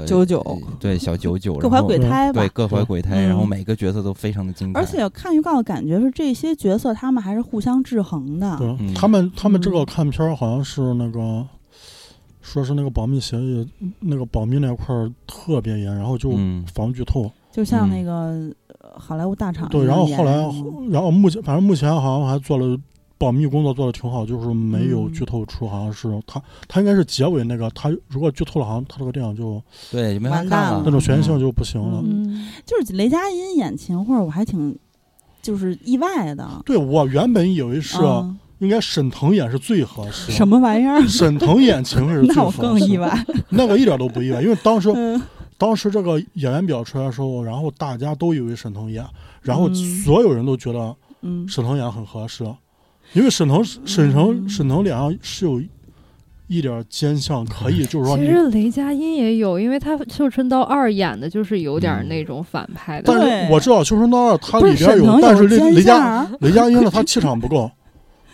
99， 对，小99， 各怀鬼胎吧， 对，各怀鬼胎，然后每个角色都非常的精彩。 而且看预告感觉是这些角色他们还是互相制衡的。 对，他们这个看片好像是那个。说是那个保密协议，那个保密那块特别严，然后就防剧透， 就像那个好莱坞大厂对，然后后来，然后目前好像还做了保密工作做的挺好，就是没有剧透出，好像是他应该是结尾那个，他如果剧透了，好像他这个电影就对就没法看了， 那种悬疑性就不行了。 就是雷佳音演秦桧，我还挺就是意外的。 对，我原本以为是。应该沈腾演是最合适， 什么玩意儿？ 沈腾演秦桧是最合适， 那我更意外。 那个一点都不意外，因为当时这个演员表出来的时候，然后大家都以为沈腾演，然后所有人都觉得沈腾演很合适，因为沈腾脸上是有一点奸相，可以就是说其实雷佳音也有，因为他《绣春刀2》演的就是有点那种反派的。 但是我知道《绣春刀2》它里边有，但是雷佳音呢，他气场不够。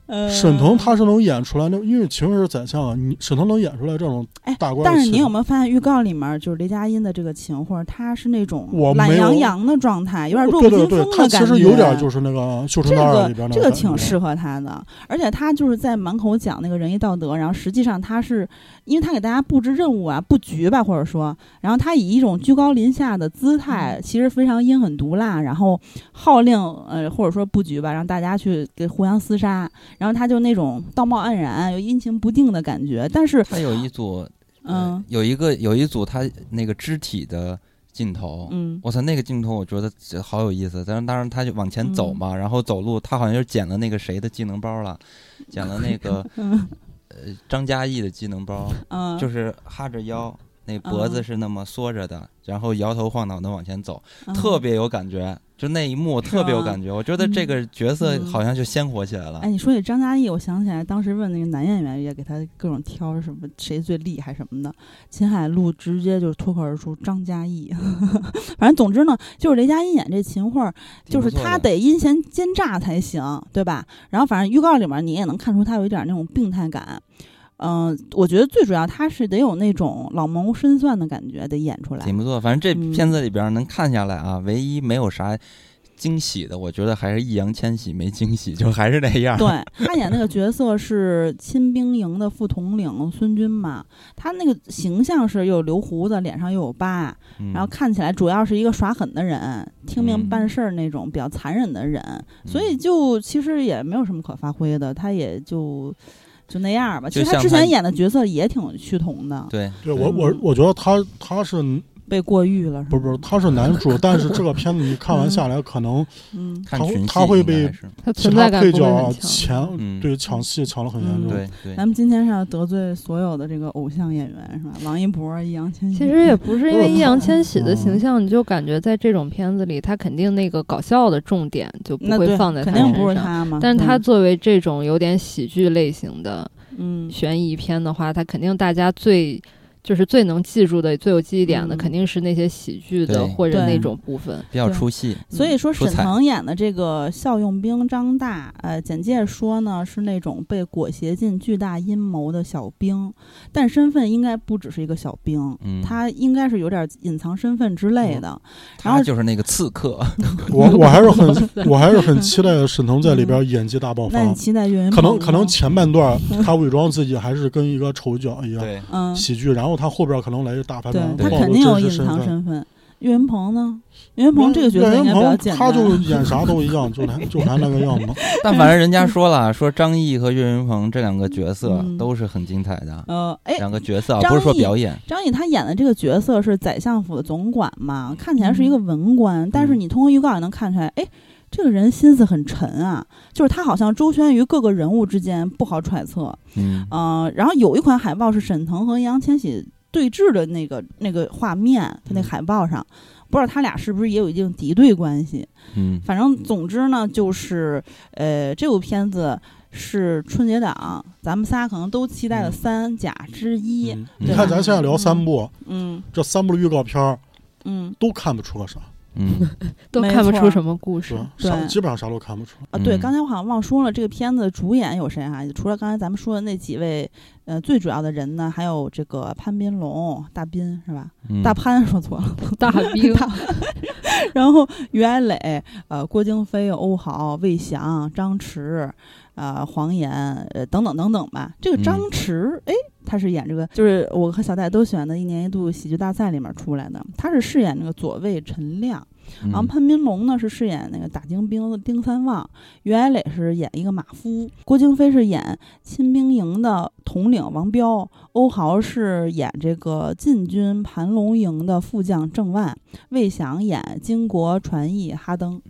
沈腾他是能演出来，因为情绪是宰相，沈腾能演出来这种大官。 但是你有没有发现预告里面就是雷佳音的这个情或者他是那种懒洋洋的状态，有点弱不禁风的感觉。 他其实有点就是那个《绣春刀》里边这个挺适合他的，而且他就是在满口讲那个仁义道德，然后实际上他是因为他给大家布置任务啊、布局吧，或者说，然后他以一种居高临下的姿态，其实非常阴狠毒辣，然后号令或者说布局吧，让大家去给互相厮杀。然后他就那种道貌岸然又阴晴不定的感觉，但是他有一组有一组他那个肢体的镜头，我操，那个镜头我觉得好有意思。当然他就往前走嘛，然后走路他好像就捡了那个谁的技能包了，捡了那个张嘉译的技能包，就是哈着腰，那脖子是那么缩着的，然后摇头晃脑的往前走，特别有感觉。就那一幕特别有感觉，我觉得这个角色好像就鲜活起来了。 哎，你说起张嘉译，我想起来当时问那个男演员也给他各种挑什么谁最厉害什么的，秦海璐直接就脱口而出张嘉译。反正总之呢，就是雷佳音演这秦桧，就是他得阴险奸诈才行，对吧？然后反正预告里面你也能看出他有一点那种病态感。我觉得最主要他是得有那种老谋深算的感觉，得演出来。 挺不错，反正这片子里边能看下来啊，唯一没有啥惊喜的，我觉得还是易烊千玺没惊喜，就还是那样。 对，他演那个角色是亲兵营的副统领孙军嘛，他那个形象是又有留胡子，脸上又有疤，然后看起来主要是一个耍狠的人，听命办事那种比较残忍的人，所以就其实也没有什么可发挥的，他也就那样吧。其实他之前演的角色也挺趋同的。 对， 我觉得他是被过誉了， 不是，他是男主，但是这个片子你看完下来，可能他会被其他配角抢戏抢得很严重。 对， 咱们今天是要得罪所有的这个偶像演员是吧？王一博、易烊千玺。 其实也不是因为易烊千玺的形象，你就感觉在这种片子里，他肯定那个搞笑的重点就不会放在他身上， 肯定不是他嘛。 但是他作为这种有点喜剧类型的悬疑片的话，他肯定大家最能记住的、最有记忆点的，肯定是那些喜剧的或者那种部分比较出戏。 所以说，沈腾演的这个效用兵张大，简介说呢是那种被裹挟进巨大阴谋的小兵，但身份应该不只是一个小兵，他应该是有点隐藏身份之类的。然后他就是那个刺客。 我还是很期待沈腾在里边演技大爆发。 那你期待岳云鹏？ 可能前半段他伪装自己还是跟一个丑角一样，喜剧，然后他后边可能来一大反转， 他肯定有隐藏身份。岳云鹏呢？岳云鹏这个角色应该比较简单， 他就演啥都一样，就还那个样子。 但反正人家说了，说张译和岳云鹏这两个角色都是很精彩的。两个角色不是说表演。 张译他演的这个角色是宰相府的总管嘛，看起来是一个文官，但是你通过预告也能看出来，这个人心思很沉啊，就是他好像周旋于各个人物之间，不好揣测。然后有一款海报是沈腾和易烊千玺对峙的那个画面，他那海报上，不知道他俩是不是也有一定敌对关系。反正总之呢，就是这部片子是春节档咱们仨可能都期待的3甲之一。 你看咱现在聊3部，这3部的预告片都看不出个啥。 都看不出什么故事， 基本上啥都看不出啊。对，刚才我好像忘说了，这个片子主演有谁啊？除了刚才咱们说的那几位，最主要的人呢，还有这个潘斌龙、大斌是吧？大潘说错了， 大斌。 然后于爱磊、郭京飞、欧豪、魏翔、张弛。黄岩等等等等吧。这个张弛，他是演这个，就是我和小戴都选的1年1度喜剧大赛里面出来的，他是饰演那个左卫陈亮。然后潘斌龙呢是饰演那个打精兵的丁三旺，于爱磊是演一个马夫，郭京飞是演亲兵营的统领王彪，欧豪是演这个禁军盘龙营的副将郑万，魏翔演金国传译哈登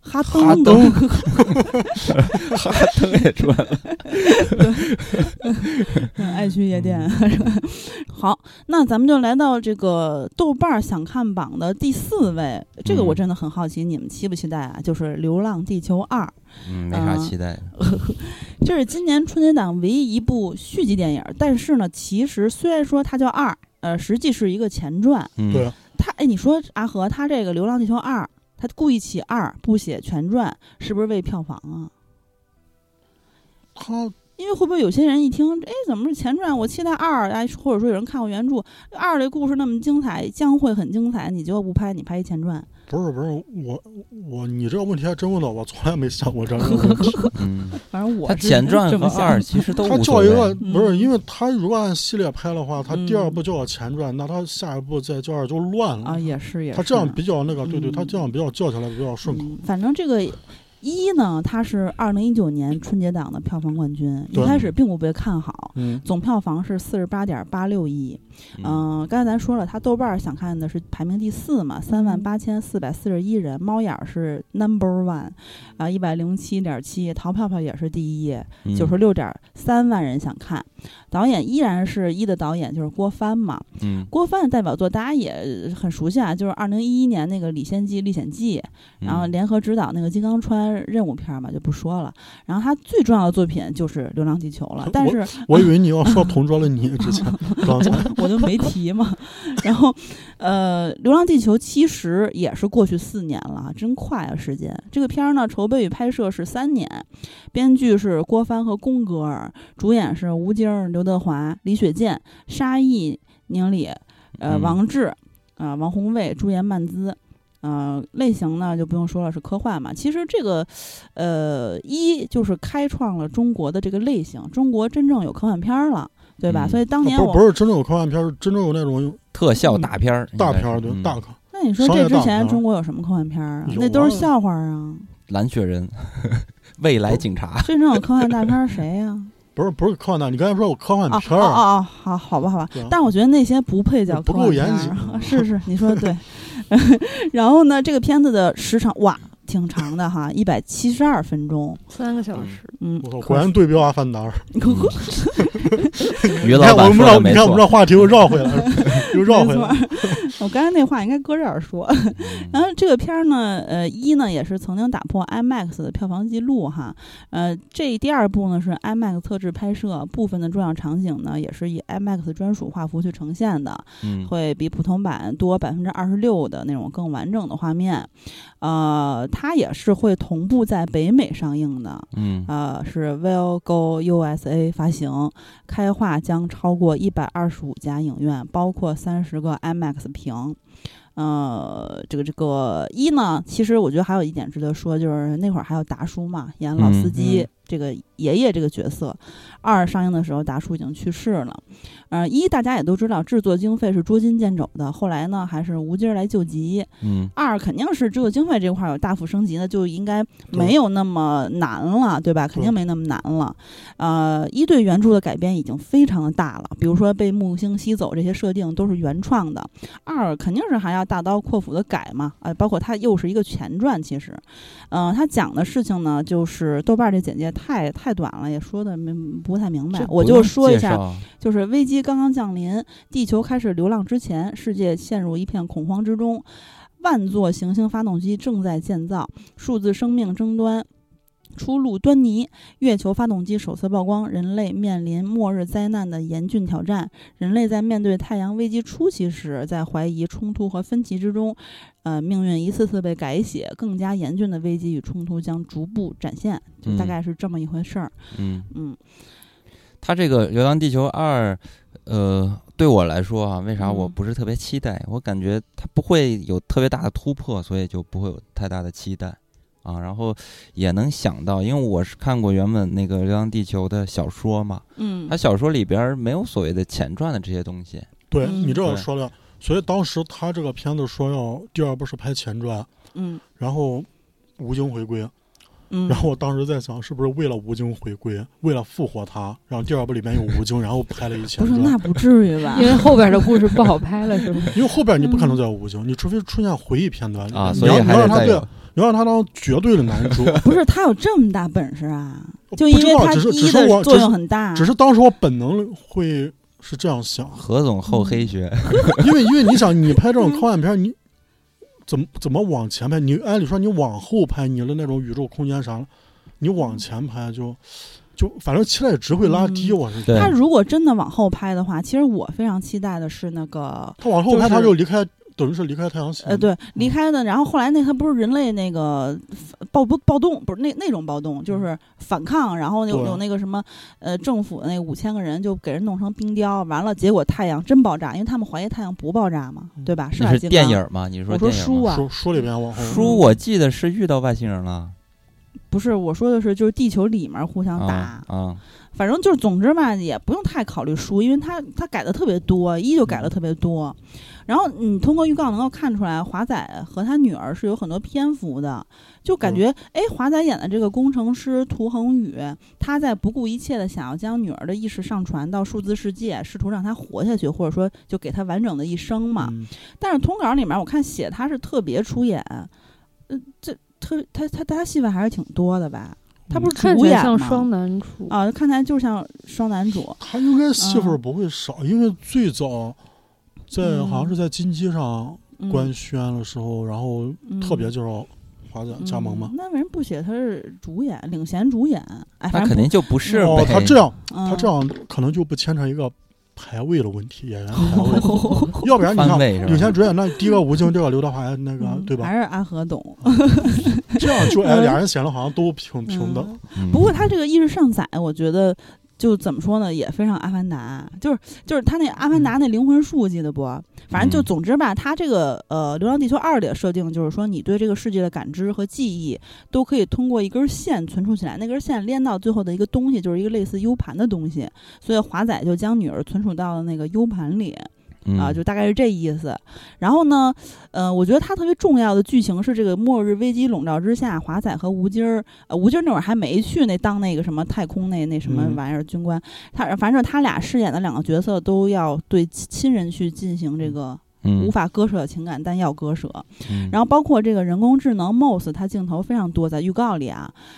也出来了。 爱去夜店。好，那咱们就来到这个豆瓣想看榜的第4位，这个我真的很好奇，你们期不期待啊？就是《流浪地球2》。 没啥期待。 这是今年春节档唯一一部续集电影，但是呢，其实虽然说它叫2，实际是一个前传。 对。 你说阿和他这个《流浪地球2》。他故意起2不写全传，是不是为票房啊？ 他。 因为会不会有些人一听，哎，怎么是前传？我期待2，哎，或者说有人看过原著，2的故事那么精彩，将会很精彩，你就不拍，你拍一前传？ 不是，你这个问题还真问到我，从来没想过这个问题。 反正我他前传和2其实都他叫一个不是，因为他如果按系列拍的话，他第2部叫前传，那他下一步再叫2就乱了啊，也是。 他这样比较那个，对，他这样比较叫起来比较顺口。 反正这个。呢，它是2019年春节档的票房冠军，一开始并不被看好，总票房是48.86亿。刚才咱说了，它豆瓣想看的是排名第4嘛，38441人，猫眼是 No.1，107.7，淘票票也是第1页，96.3万人想看。导演依然是的导演，就是郭帆嘛。郭帆的代表作大家也很熟悉啊，就是2011年那个《李献计历险记》，然后联合执导那个金刚川任务片嘛，就不说了。然后他最重要的作品就是《流浪地球》了。但是我以为你要说同桌了你之前刚才我就没提嘛。然后流浪地球其实也是过去4年了，真快啊时间。这个片呢筹备与拍摄是3年，编剧是郭帆和宫格尔，主演是吴京、刘德华、李雪健、沙溢、宁理、王志、王宏卫、朱颜曼姿。类型呢就不用说了，是科幻嘛。其实这个就是开创了中国的这个类型，中国真正有科幻片了，对吧？所以当年不是真正有科幻片，是真正有那种特效大片对大科。 那你说这之前中国有什么科幻片啊？那都是笑话啊。 蓝雪人、未来警察， 真正有科幻大片谁呀？ 不是科幻大，你刚才说有科幻片好吧。但我觉得那些不配叫科幻片， 不够严谨。 是你说的对。然后呢，这个片子的时长挺长的哈，172分钟 ，3个小时。 果然对标《阿凡达》。 于老板说的没错。 你看我们这话题又绕回来了， 我刚才那话应该搁这儿说。然后这个片呢，呢也是曾经打破 IMAX 的票房记录哈。这第2部呢是 IMAX 特制拍摄，部分的重要场景呢也是以 IMAX 专属画幅去呈现的，会比普通版多26%的那种更完整的画面。它也是会同步在北美上映的，是 Will Go USA 发行，开画将超过125家影院，包括30个 IMAX 屏。这个呢，其实我觉得还有一点值得说，就是那会儿还有达叔嘛，演老司机这个爷爷这个角色。2上映的时候，达叔已经去世了。大家也都知道，制作经费是捉襟见肘的，后来呢，还是吴京来救急。2肯定是制作经费这块有大幅升级的，就应该没有那么难了，对吧？肯定没那么难了。1对原著的改编已经非常的大了，比如说被木星吸走这些设定都是原创的。2肯定是还要大刀阔斧的改嘛，包括它又是一个前传，其实，它讲的事情呢，就是豆瓣这简介太短了，也说的不太明白，我就说一下，就是危机刚刚降临，地球开始流浪之前，世界陷入一片恐慌之中，万座行星发动机正在建造，数字生命争端初露端倪，月球发动机首次曝光，人类面临末日灾难的严峻挑战。人类在面对太阳危机初期时，在怀疑、冲突和分歧之中，命运一次次被改写，更加严峻的危机与冲突将逐步展现，就大概是这么一回事儿。 他这个《流浪地球2》，对我来说啊，为啥我不是特别期待？我感觉它不会有特别大的突破，所以就不会有太大的期待啊。然后也能想到，因为我是看过原本那个《流浪地球》的小说嘛，它小说里边没有所谓的前传的这些东西。 对，你这样说了，所以当时他这个片子说要第2部是拍前传，然后吴京回归。然后我当时在想，是不是为了吴京回归，为了复活他，然后第2部里面有吴京，然后拍了一前传？ 不是，那不至于吧？ 因为后边的故事不好拍了，是吗？ 因为后边你不可能再有吴京，你除非出现回忆片段啊，所以还是你让他当绝对的男主。 不是，他有这么大本事啊？就因为他1的作用很大。 只是当时我本能会是这样想。 何总厚黑学， 因为你想，你拍这种科幻片，你怎么往前拍？你按理说你往后拍，你的那种宇宙空间啥，你往前拍就反正期待值会拉低。我是他如果真的往后拍的话，其实我非常期待的是那个他往后拍，他就离开等于是离开太阳系。 对，离开的。然后后来他不是人类那个暴动，不是那种暴动，就是反抗。然后有那个什么政府的那5000个人就给人弄成冰雕，完了结果太阳真爆炸，因为他们怀疑太阳不爆炸嘛，对吧？ 是电影吗？你说电影吗？ 书啊， 书里边往后书我记得是遇到外星人了。 不是，我说的是就是地球里面互相打反正就是总之吧，也不用太考虑书，因为他改的特别多，就改了特别多。然后你通过预告能够看出来，华仔和他女儿是有很多篇幅的，就感觉华仔演的这个工程师涂恒宇，他在不顾一切的想要将女儿的意识上传到数字世界，试图让她活下去，或者说就给她完整的一生嘛。但是通稿里面我看写他是特别出演，他戏份还是挺多的吧？他不是主演吗？ 看起来像双男主啊，看起来就像双男主。 他应该戏份不会少，因为最早好像是在金鸡上官宣的时候，然后特别介绍华仔加盟嘛。 那为什么不写他是主演、领衔主演？ 他肯定就不是呗。 他这样可能就不牵扯一个排位的问题，演员排位，要不然你看领衔主演那第一个吴京，这个刘德华那个对吧？ 还是安河董， 这样就俩人显得好像都平等。 不过他这个意识上载，我觉得就怎么说呢，也非常阿凡达，就是他那阿凡达那灵魂树记得不？反正就总之吧，他这个《流浪地球2》里的设定就是说，你对这个世界的感知和记忆都可以通过一根线存储起来，那根线连到最后的一个东西，就是一个类似 U 盘的东西，所以华仔就将女儿存储到了那个 U 盘里。就大概是这意思。然后呢，我觉得它特别重要的剧情是这个末日危机笼罩之下，华仔和吴京那会儿还没去当那个什么太空那什么玩意儿军官，反正他俩饰演的2个角色都要对亲人去进行这个无法割舍的情感，但要割舍。然后包括这个人工智能 Moss， 它镜头非常多，在预告里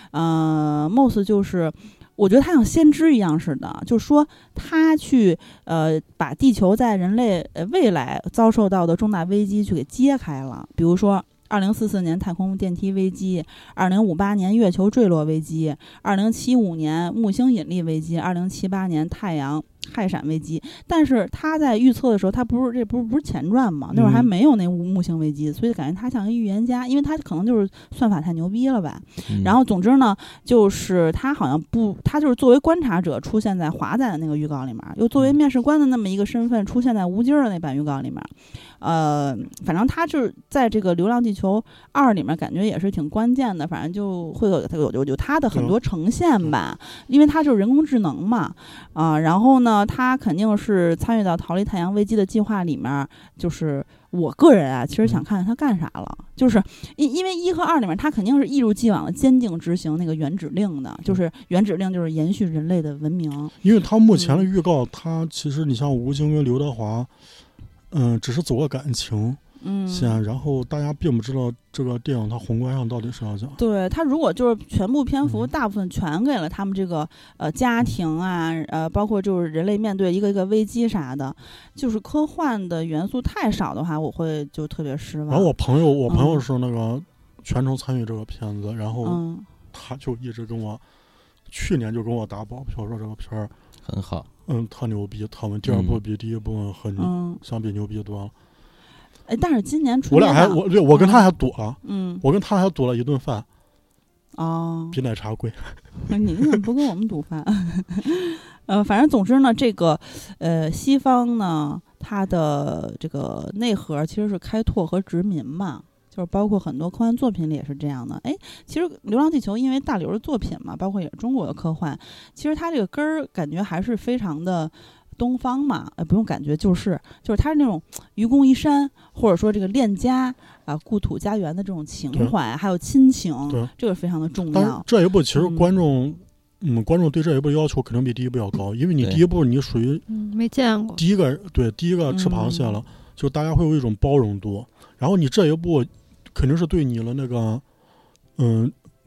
Moss 就是我觉得他像先知一样似的，就是说他去把地球在人类未来遭受到的重大危机去给揭开了，比如说2044年太空电梯危机，2058年月球坠落危机，2075年木星引力危机，2078年太阳氦闪危机。但是他在预测的时候，他不是前传嘛，那会儿还没有那木星危机，所以感觉他像一个预言家，因为他可能就是算法太牛逼了吧。然后总之呢，就是他好像他就是作为观察者出现在华仔的那个预告里面，又作为面试官的那么一个身份出现在吴京的那版预告里面。反正他就是在这个《流浪地球2》里面，感觉也是挺关键的。反正就会有他的很多呈现吧，因为他就是人工智能嘛，然后呢，他肯定是参与到逃离太阳危机的计划里面。就是我个人其实想看看他干啥了，就是因为1和2里面，他肯定是一如既往的坚定执行那个原指令的，就是原指令就是延续人类的文明。 因为他目前的预告，他其实你像吴京跟刘德华。只是走个感情线，然后大家并不知道这个电影它宏观上到底是要讲。 对，他如果就是全部篇幅大部分全给了他们这个家庭包括就是人类面对一个一个危机啥的，就是科幻的元素太少的话，我会就特别失望。 然后我朋友是那个全程参与这个片子，然后他就一直去年就跟我打保票说这个片儿很好。 特牛逼，他们第2部比第1部相比牛逼多了。 但是今年我跟他还赌了，我跟他还赌了一顿饭，比奶茶贵。 你怎么不跟我们赌饭？反正总之呢，这个西方呢，它的这个内核其实是开拓和殖民嘛。就是包括很多科幻作品里也是这样的。其实《流浪地球》因为大刘的作品嘛，包括也是中国的科幻，其实它这个根儿感觉还是非常的东方嘛。不用感觉，就是它是那种愚公移山，或者说这个恋家故土家园的这种情怀，还有亲情，这个非常的重要。 这一部其实观众对这一部要求肯定比第1部要高，因为你第1部你属于没见过， 第一个吃螃蟹了，就大家会有一种包容度。然后你这一部肯定是对你的那个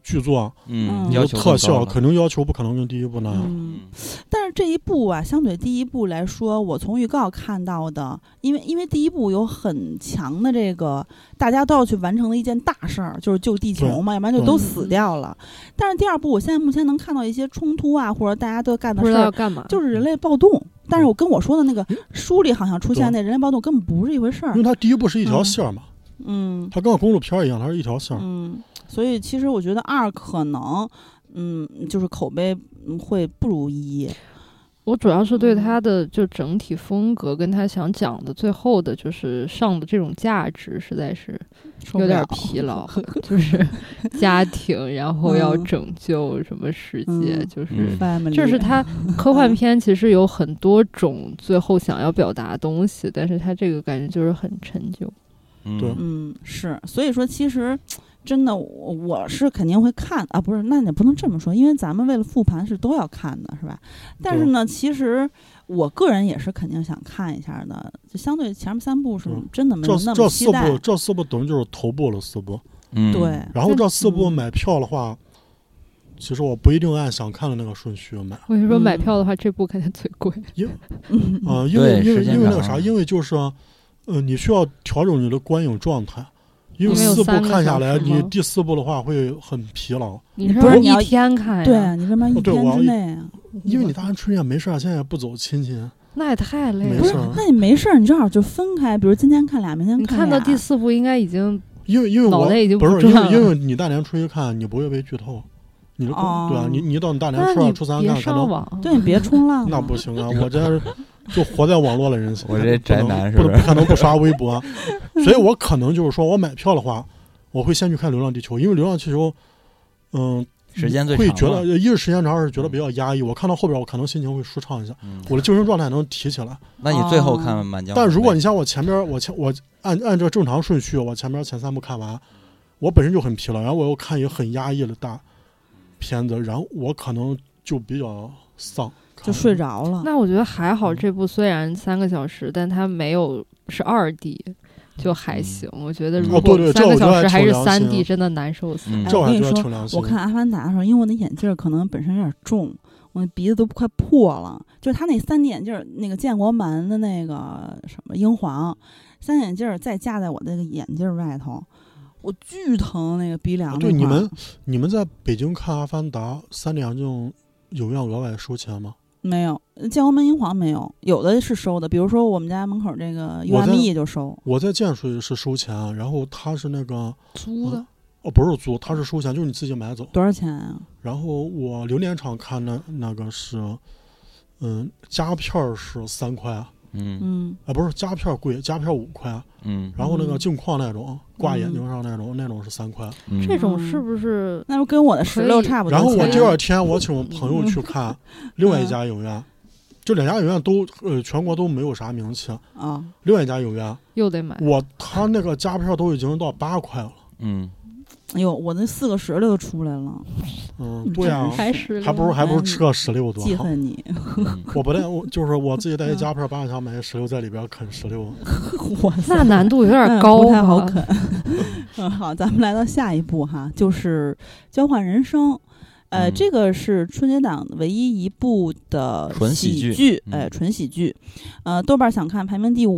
剧作，你的特效肯定要求不可能跟第一部那样。 但是这一部啊，相对第一部来说，我从预告看到的，因为第一部有很强的这个大家都要去完成的一件大事儿，就是救地球嘛，要不然就都死掉了。但是第二部，我现在目前能看到一些冲突啊，或者大家都干的事儿， 干嘛？ 就是人类暴动。但是我跟我说的那个书里好像出现那人类暴动根本不是一回事儿， 因为它第一部是一条线嘛，它跟公路片一样，它是一条线， 所以其实我觉得2可能，就是口碑会不如1。 我主要是对他的就整体风格跟他想讲的最后的就是上的这种价值实在是有点疲劳，就是家庭，然后要拯救什么世界，就是他科幻片其实有很多种最后想要表达的东西，但是他这个感觉就是很陈旧。 对， 是，所以说其实。真的，我是肯定会看啊，不是，那也不能这么说，因为咱们为了复盘是都要看的，是吧？但是呢，其实我个人也是肯定想看一下的，就相对前面3部是真的没有那么期待。 这四部等于就是头部了4部， 对。 然后这4部买票的话，其实我不一定按想看的那个顺序买。 我跟你说，买票的话，这部肯定最贵。 因为那个啥，因为就是你需要调整你的观影状态。因为4部看下来，你第4部的话会很疲劳。 你是一天看呀？ 对啊，你为什么一天之内啊？ 因为你大年春节没事，现在也不走亲戚， 那也太累了。 不是，那你没事，你正好就分开，比如今天看俩，明天看俩。 你看到第4部应该已经因为脑袋已经不是转了， 因为你大年初一看，你不会被剧透。你的对啊，你到你大年初2、初3看，可能对你别冲浪， 那不行啊！我这就活在网络的人， 我这宅男是不可能不刷微博，所以我可能就是说我买票的话。我会先去看《流浪地球》，因为《流浪地球》， 时间最长，会觉得一是时间长，二是觉得比较压抑。我看到后边，我可能心情会舒畅一下，我的精神状态能提起来。 那你最后看《满江》？ 但如果你像我前边，我按这正常顺序，我前边前3部看完，我本身就很疲劳，然后我又看一个很压抑的大片子，然后我可能就比较丧， 就睡着了。 那我觉得还好，这部虽然3个小时，但它没有是2D。就还行，我觉得如果3个小时还是3D，真的难受死。 我跟你说，我看《阿凡达》的时候，因为我那眼镜可能本身有点重，我那鼻子都快破了。就是他那3D 眼镜，那个建国门的那个什么英皇3D 眼镜再架在我那个眼镜外头，我巨疼那个鼻梁。 对，你们在北京看《阿凡达》3D 眼镜有要额外收钱吗？ 没有，建国门英皇没有，有的是收的，比如说我们家门口这个 UME 就收。 我在建水是收钱，然后他是那个租的， 不是租，他是收钱，就是你自己买走。 多少钱啊？ 然后我榴莲厂看那个是，夹片是3块，不是夹片贵，夹片5块，然后那个镜框那种挂眼睛上那种是3块。 这种是不是？ 那不跟我的16差不多？ 然后我第2天我请我朋友去看另外一家影院，这2家影院都全国都没有啥名气啊。另外一家影院又得买， 他那个夹片都已经到8块了。 哎呦，我那4个16就出来了。 对啊，还不如吃个16多。 记恨你。 我不带，就是我自己带一夹片，想买16在里边啃16。 那难度有点高， 不太好啃。好，咱们来到下一步哈，就是《交换人生》。这个是春节档唯一一部的喜剧，纯喜剧。豆瓣想看排名第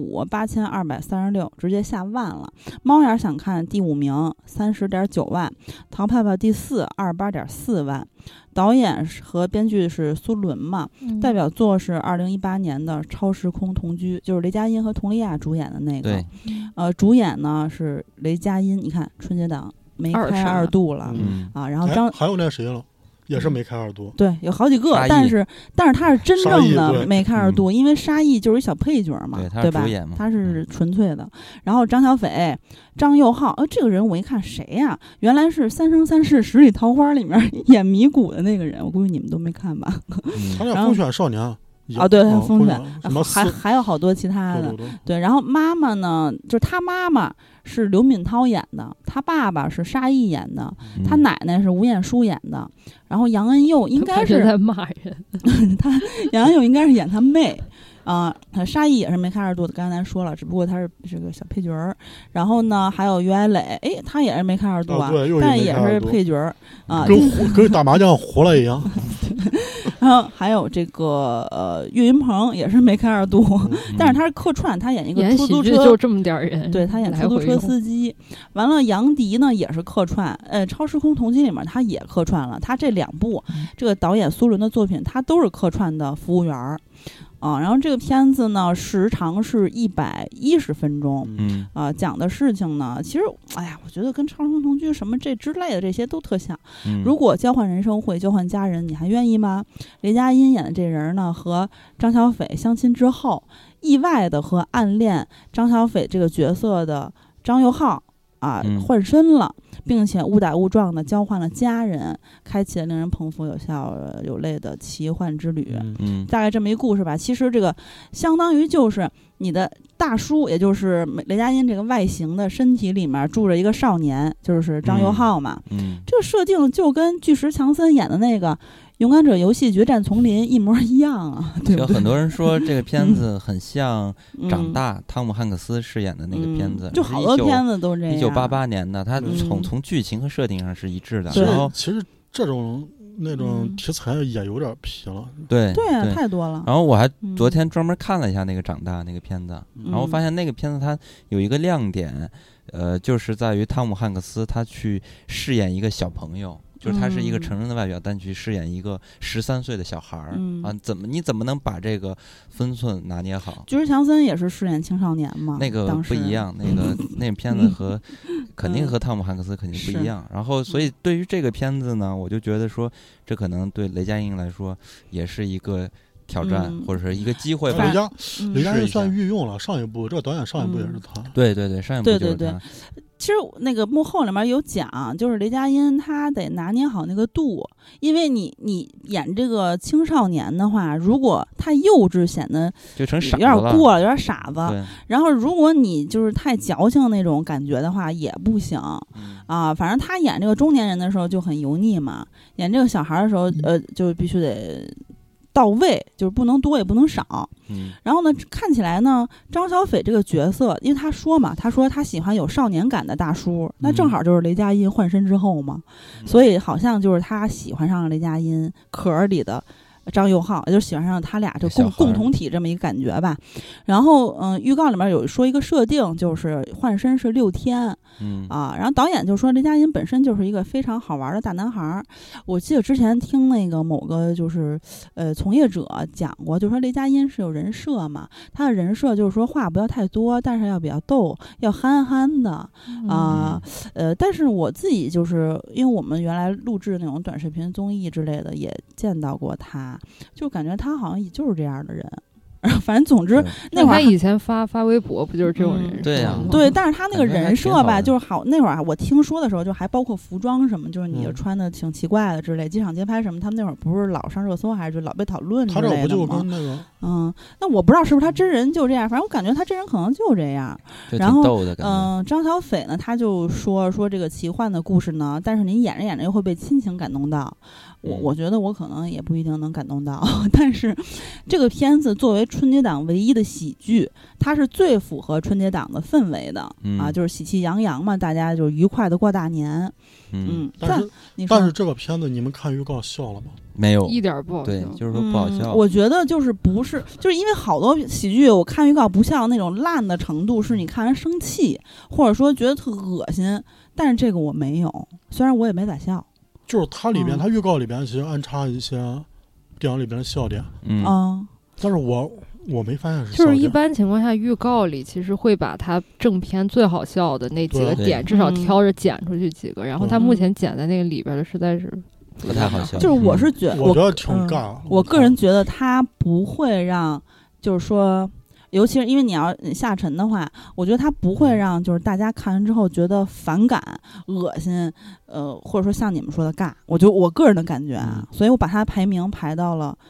5，8236，直接下万了。猫眼想看第5名，30.9万。淘派派第4，28.4万。导演和编剧是苏伦嘛，代表作是2018年的《超时空同居》，就是雷佳音和佟丽娅主演的那个。主演呢是雷佳音，你看春节档没开2度了啊，然后还有那谁了？也是没开2度， 对，有好几个，但是他是真正的没开2度，因为沙溢就是一小配角嘛，对吧？他是纯粹的。然后张小斐、张佑浩，这个人我一看谁呀？原来是《三生三世十里桃花》里面演米谷的那个人，我估计你们都没看吧？ 他叫风犬少年。 对，风犬，还有好多其他的，对。然后妈妈呢，就是他妈妈是刘敏涛演的，他爸爸是沙溢演的，他奶奶是吴彦姝演的，然后杨恩佑应该是在骂人， 杨恩佑应该是演他妹， 沙溢也是梅开二度的，刚才咱说了，只不过他是这个小配角儿。然后呢，还有于爱磊，哎，他也是梅开二度啊，但也是配角儿啊， 跟打麻将胡了一样。 然后还有这个岳云鹏也是梅开二度，但是他是客串，他演一个出租车， 就这么点人， 对他演出租车司机。完了，杨迪呢也是客串，超时空同机里面他也客串了，他这2部这个导演苏伦的作品，他都是客串的服务员儿。然后这个片子呢，时长是110分钟，讲的事情呢，其实，哎呀，我觉得跟超时空同居什么这之类的这些都特像。如果交换人生会交换家人，你还愿意吗？雷佳音演的这人呢，和张小斐相亲之后，意外的和暗恋张小斐这个角色的张佑浩换身了，并且误打误撞的交换了家人，开启了令人捧腹有笑有泪的奇幻之旅。大概这么一故事吧。其实这个相当于就是你的大叔，也就是雷佳音这个外形的身体里面住着一个少年，就是张佑浩嘛。这个设定就跟巨石强森演的那个勇敢者游戏决战丛林一模一样啊，对不对？ 有很多人说这个片子很像长大汤姆汉克斯饰演的那个片子， 就好多片子都这样。 1988年的，它从剧情和设定上是一致的。 然后其实这种那种题材也有点皮了， 对啊，太多了。 然后我还昨天专门看了一下那个长大那个片子，然后发现那个片子它有一个亮点，就是在于汤姆汉克斯他去饰演一个小朋友。就是他是一个成人的外表，但去饰演一个13岁的小孩儿你怎么能把这个分寸拿捏好？ 巨石强森也是饰演青少年嘛， 那个不一样，那个片子和肯定和汤姆汉克斯肯定不一样。然后，所以对于这个片子呢，我就觉得说，这可能对雷佳音来说也是一个挑战，或者是一个机会吧。 雷佳音算御用了，上一部这个导演上一部也是他。 对，上一部就是他。 其实那个幕后里面有讲，就是雷佳音他得拿捏好那个度，因为你演这个青少年的话，如果太幼稚，显得就成傻子了，有点过了，有点傻子。然后如果你就是太矫情那种感觉的话，也不行反正他演这个中年人的时候就很油腻嘛，演这个小孩的时候，就必须得到位，就是不能多也不能少。然后呢，看起来呢，张小斐这个角色，因为他说他喜欢有少年感的大叔，那正好就是雷佳音换身之后嘛，所以好像就是他喜欢上了雷佳音壳里的张佑浩，也就是喜欢上他俩这共同体这么一个感觉吧。然后预告里面有说一个设定，就是换身是6天然后导演就说雷佳音本身就是一个非常好玩的大男孩。我记得之前听那个某个就是从业者讲过，就说雷佳音是有人设嘛，他的人设就是说话不要太多，但是要比较逗，要憨憨的但是我自己就是因为我们原来录制那种短视频综艺之类的，也见到过他，就感觉他好像也就是这样的人。反正总之那会儿他以前发微博不就是这种人？ 对呀， 对，但是他那个人设吧，就是好那会儿我听说的时候，就还包括服装什么，就是你穿的挺奇怪的之类，机场街拍什么，他们那会儿不是老上热搜，还是老被讨论之类的吗？ 他这不就跟那个那我不知道是不是他真人就这样，反正我感觉他真人可能就这样。然后张小斐呢，他就说这个奇幻的故事呢，但是你演着演着又会被亲情感动到。我觉得我可能也不一定能感动到，但是这个片子作为春节档唯一的喜剧，它是最符合春节档的氛围的就是喜气洋洋嘛，大家就愉快的过大年。 但是这个片子你们看预告笑了吗？ 没有， 一点不好笑。 对，就是说不好笑。 我觉得就是不是，就是因为好多喜剧我看预告不像那种烂的程度，是你看人生气，或者说觉得特恶心。但是这个我没有，虽然我也没咋笑。 就是它里边，它预告里边其实安插一些电影里边的笑点，但是我没发现是笑点。 就是一般情况下，预告里其实会把它正片最好笑的那几个点，至少挑着剪出去几个，然后他目前剪在那个里边的实在是不太好笑。 就是我是觉得， 我觉得挺尬。 我个人觉得他不会让，就是说。尤其是因为你要下沉的话，我觉得它不会让就是大家看完之后觉得反感、恶心，或者说像你们说的尬。我个人的感觉所以我把它排名排到了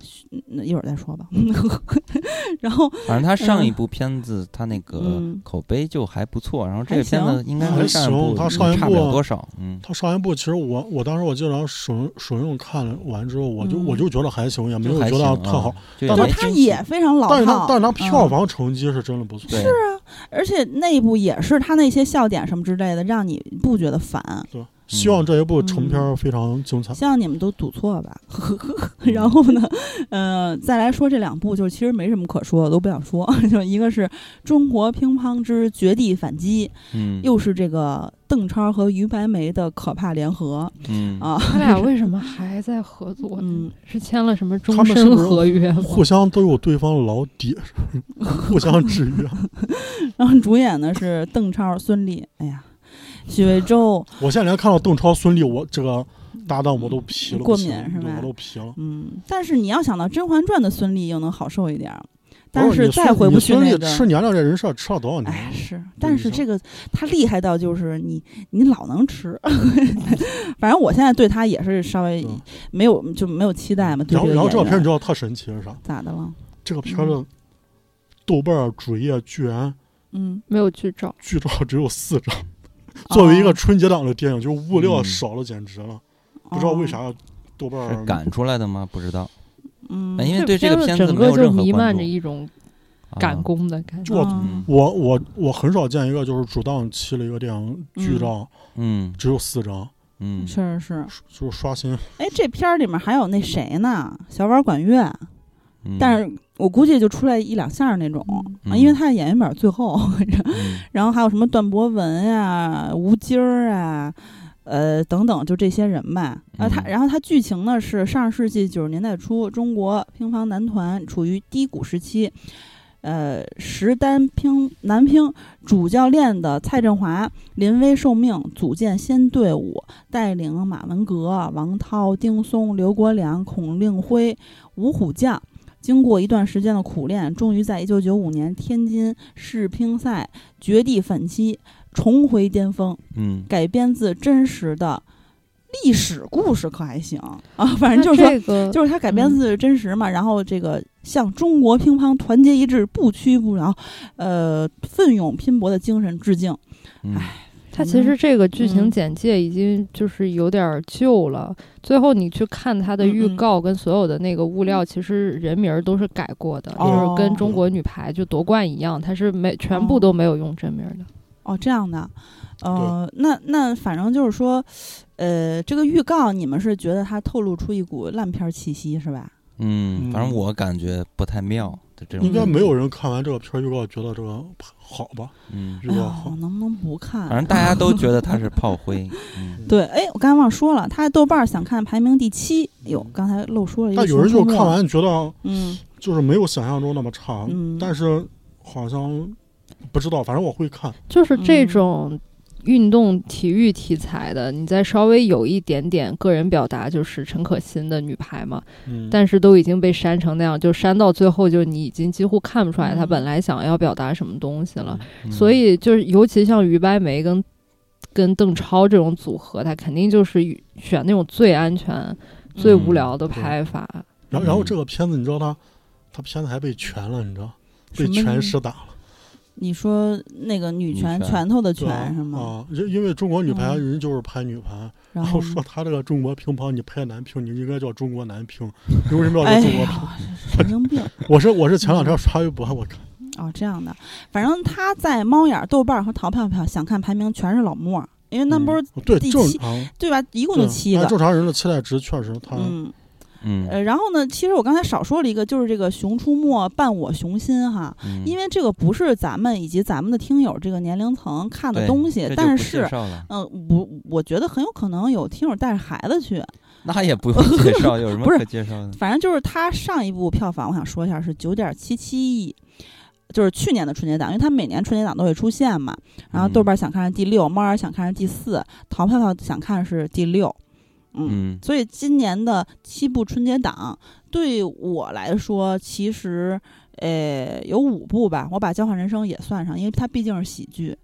一会儿再说吧。然后反正他上一部片子他那个口碑就还不错，然后这个片子应该和上一部差不了多少。 他上一部其实我当时我记得首映看完之后，我就觉得还行，也没有觉得特好。 但他也非常老套， 但他票房成绩是真的不错。 是啊，而且那一部也是他那些笑点什么之类的，让你不觉得烦。 对。希望这一部成片非常精彩。 希望你们都赌错吧。然后呢，再来说这2部，就其实没什么可说的，都不想说。就一个是中国乒乓之绝地反击，又是这个邓超和于白眉的可怕联合。 他俩为什么还在合作呢？是签了什么终身合约吗？ 互相都有对方的老底，互相制约。 然后主演呢是邓超、孙俪。哎呀。许魏洲， 我现在连看到邓超、孙俪，我这个搭档我都皮了， 过敏是吧？ 我都皮了。 但是你要想到《甄嬛传》的孙俪又能好受一点，但是再回不去那个吃年料这人设吃了多少年？ 哎，是，但是这个他厉害到就是你老能吃。反正我现在对他也是稍微没有期待嘛。 然后这个片你知道特神奇是啥？ 咋的了？ 这个片的豆瓣主页居然没有剧照只有4张。作为一个春节档的电影，就物料少了简直了，不知道为啥豆瓣是赶出来的吗？不知道。 因为对这个片子整个就弥漫着一种赶工的感觉。 我很少见一个就是主档期的一个电影剧照，只有4张。 是， 就是刷新。 哎，这片里面还有那谁呢？小婉管乐。但是我估计就出来1-2下那种因为他的演员表最后，然后还有什么段博文呀、吴京啊，等等，就这些人吧。然后他剧情呢是上世纪90年代初，中国乒乓男团处于低谷时期。实单男乒主教练的蔡振华临危受命，组建新队伍，带领马文革、王涛、丁松、刘国梁、孔令辉、吴虎将。经过一段时间的苦练，终于在1995年天津世乒赛绝地反击，重回巅峰。改编自真实的历史故事可还行啊？反正就是说，就是它改编自真实嘛。然后这个向中国乒乓团结一致、不屈不挠、奋勇拼搏的精神致敬。 它其实这个剧情简介已经就是有点旧了，最后你去看它的预告跟所有的那个物料，其实人名都是改过的，就是跟中国女排就夺冠一样，它是全部都没有用真名的。 这样的，那反正就是说，这个预告你们是觉得它透露出一股烂片气息是吧？ 反正我感觉不太妙。 应该没有人看完这个片预告觉得这个好吧？预告好， 能不能不看？ 反正大家都觉得它是炮灰。 对，我刚才忘说了，他豆瓣想看排名第7。刚才漏说了一个。 但有人就看完觉得，就是没有想象中那么差，但是好像不知道，反正我会看。 就是这种运动体育题材的，你再稍微有一点点个人表达，就是陈可辛的女排嘛，但是都已经被删成那样，就删到最后就你已经几乎看不出来他本来想要表达什么东西了。所以就是尤其像于白眉跟邓超这种组合，他肯定就是选那种最安全、最无聊的拍法。 然后这个片子你知道他片子还被拳了，你知道被拳师打了。 你说那个女拳拳头的拳是吗？ 因为中国女排人就是拍女排，然后说他这个中国乒乓你拍男乒，你应该叫中国男乒，你为什么要叫中国乒？ 神经病！ 我是前2天刷微博我看。 这样的，反正他在猫眼、豆瓣和淘票票想看排名全是老莫，因为那不是第7，对吧？一共就7个。 正常人的期待值确实他。 然后呢，其实我刚才少说了一个，就是这个《熊出没》伴我熊心哈，因为这个不是咱们以及咱们的听友这个年龄层看的东西，但是我觉得很有可能有听友带着孩子去， 那也不用介绍，有什么可介绍的？ 反正就是他上一部票房，我想说一下是9.77亿。就是去年的春节档，因为他每年春节档都会出现嘛。然后豆瓣想看是第6，猫眼想看是第4，淘票票想看是第6。所以今年的7部春节档对我来说，其实有5部吧，我把《交换人生》也算上，因为它毕竟是喜剧。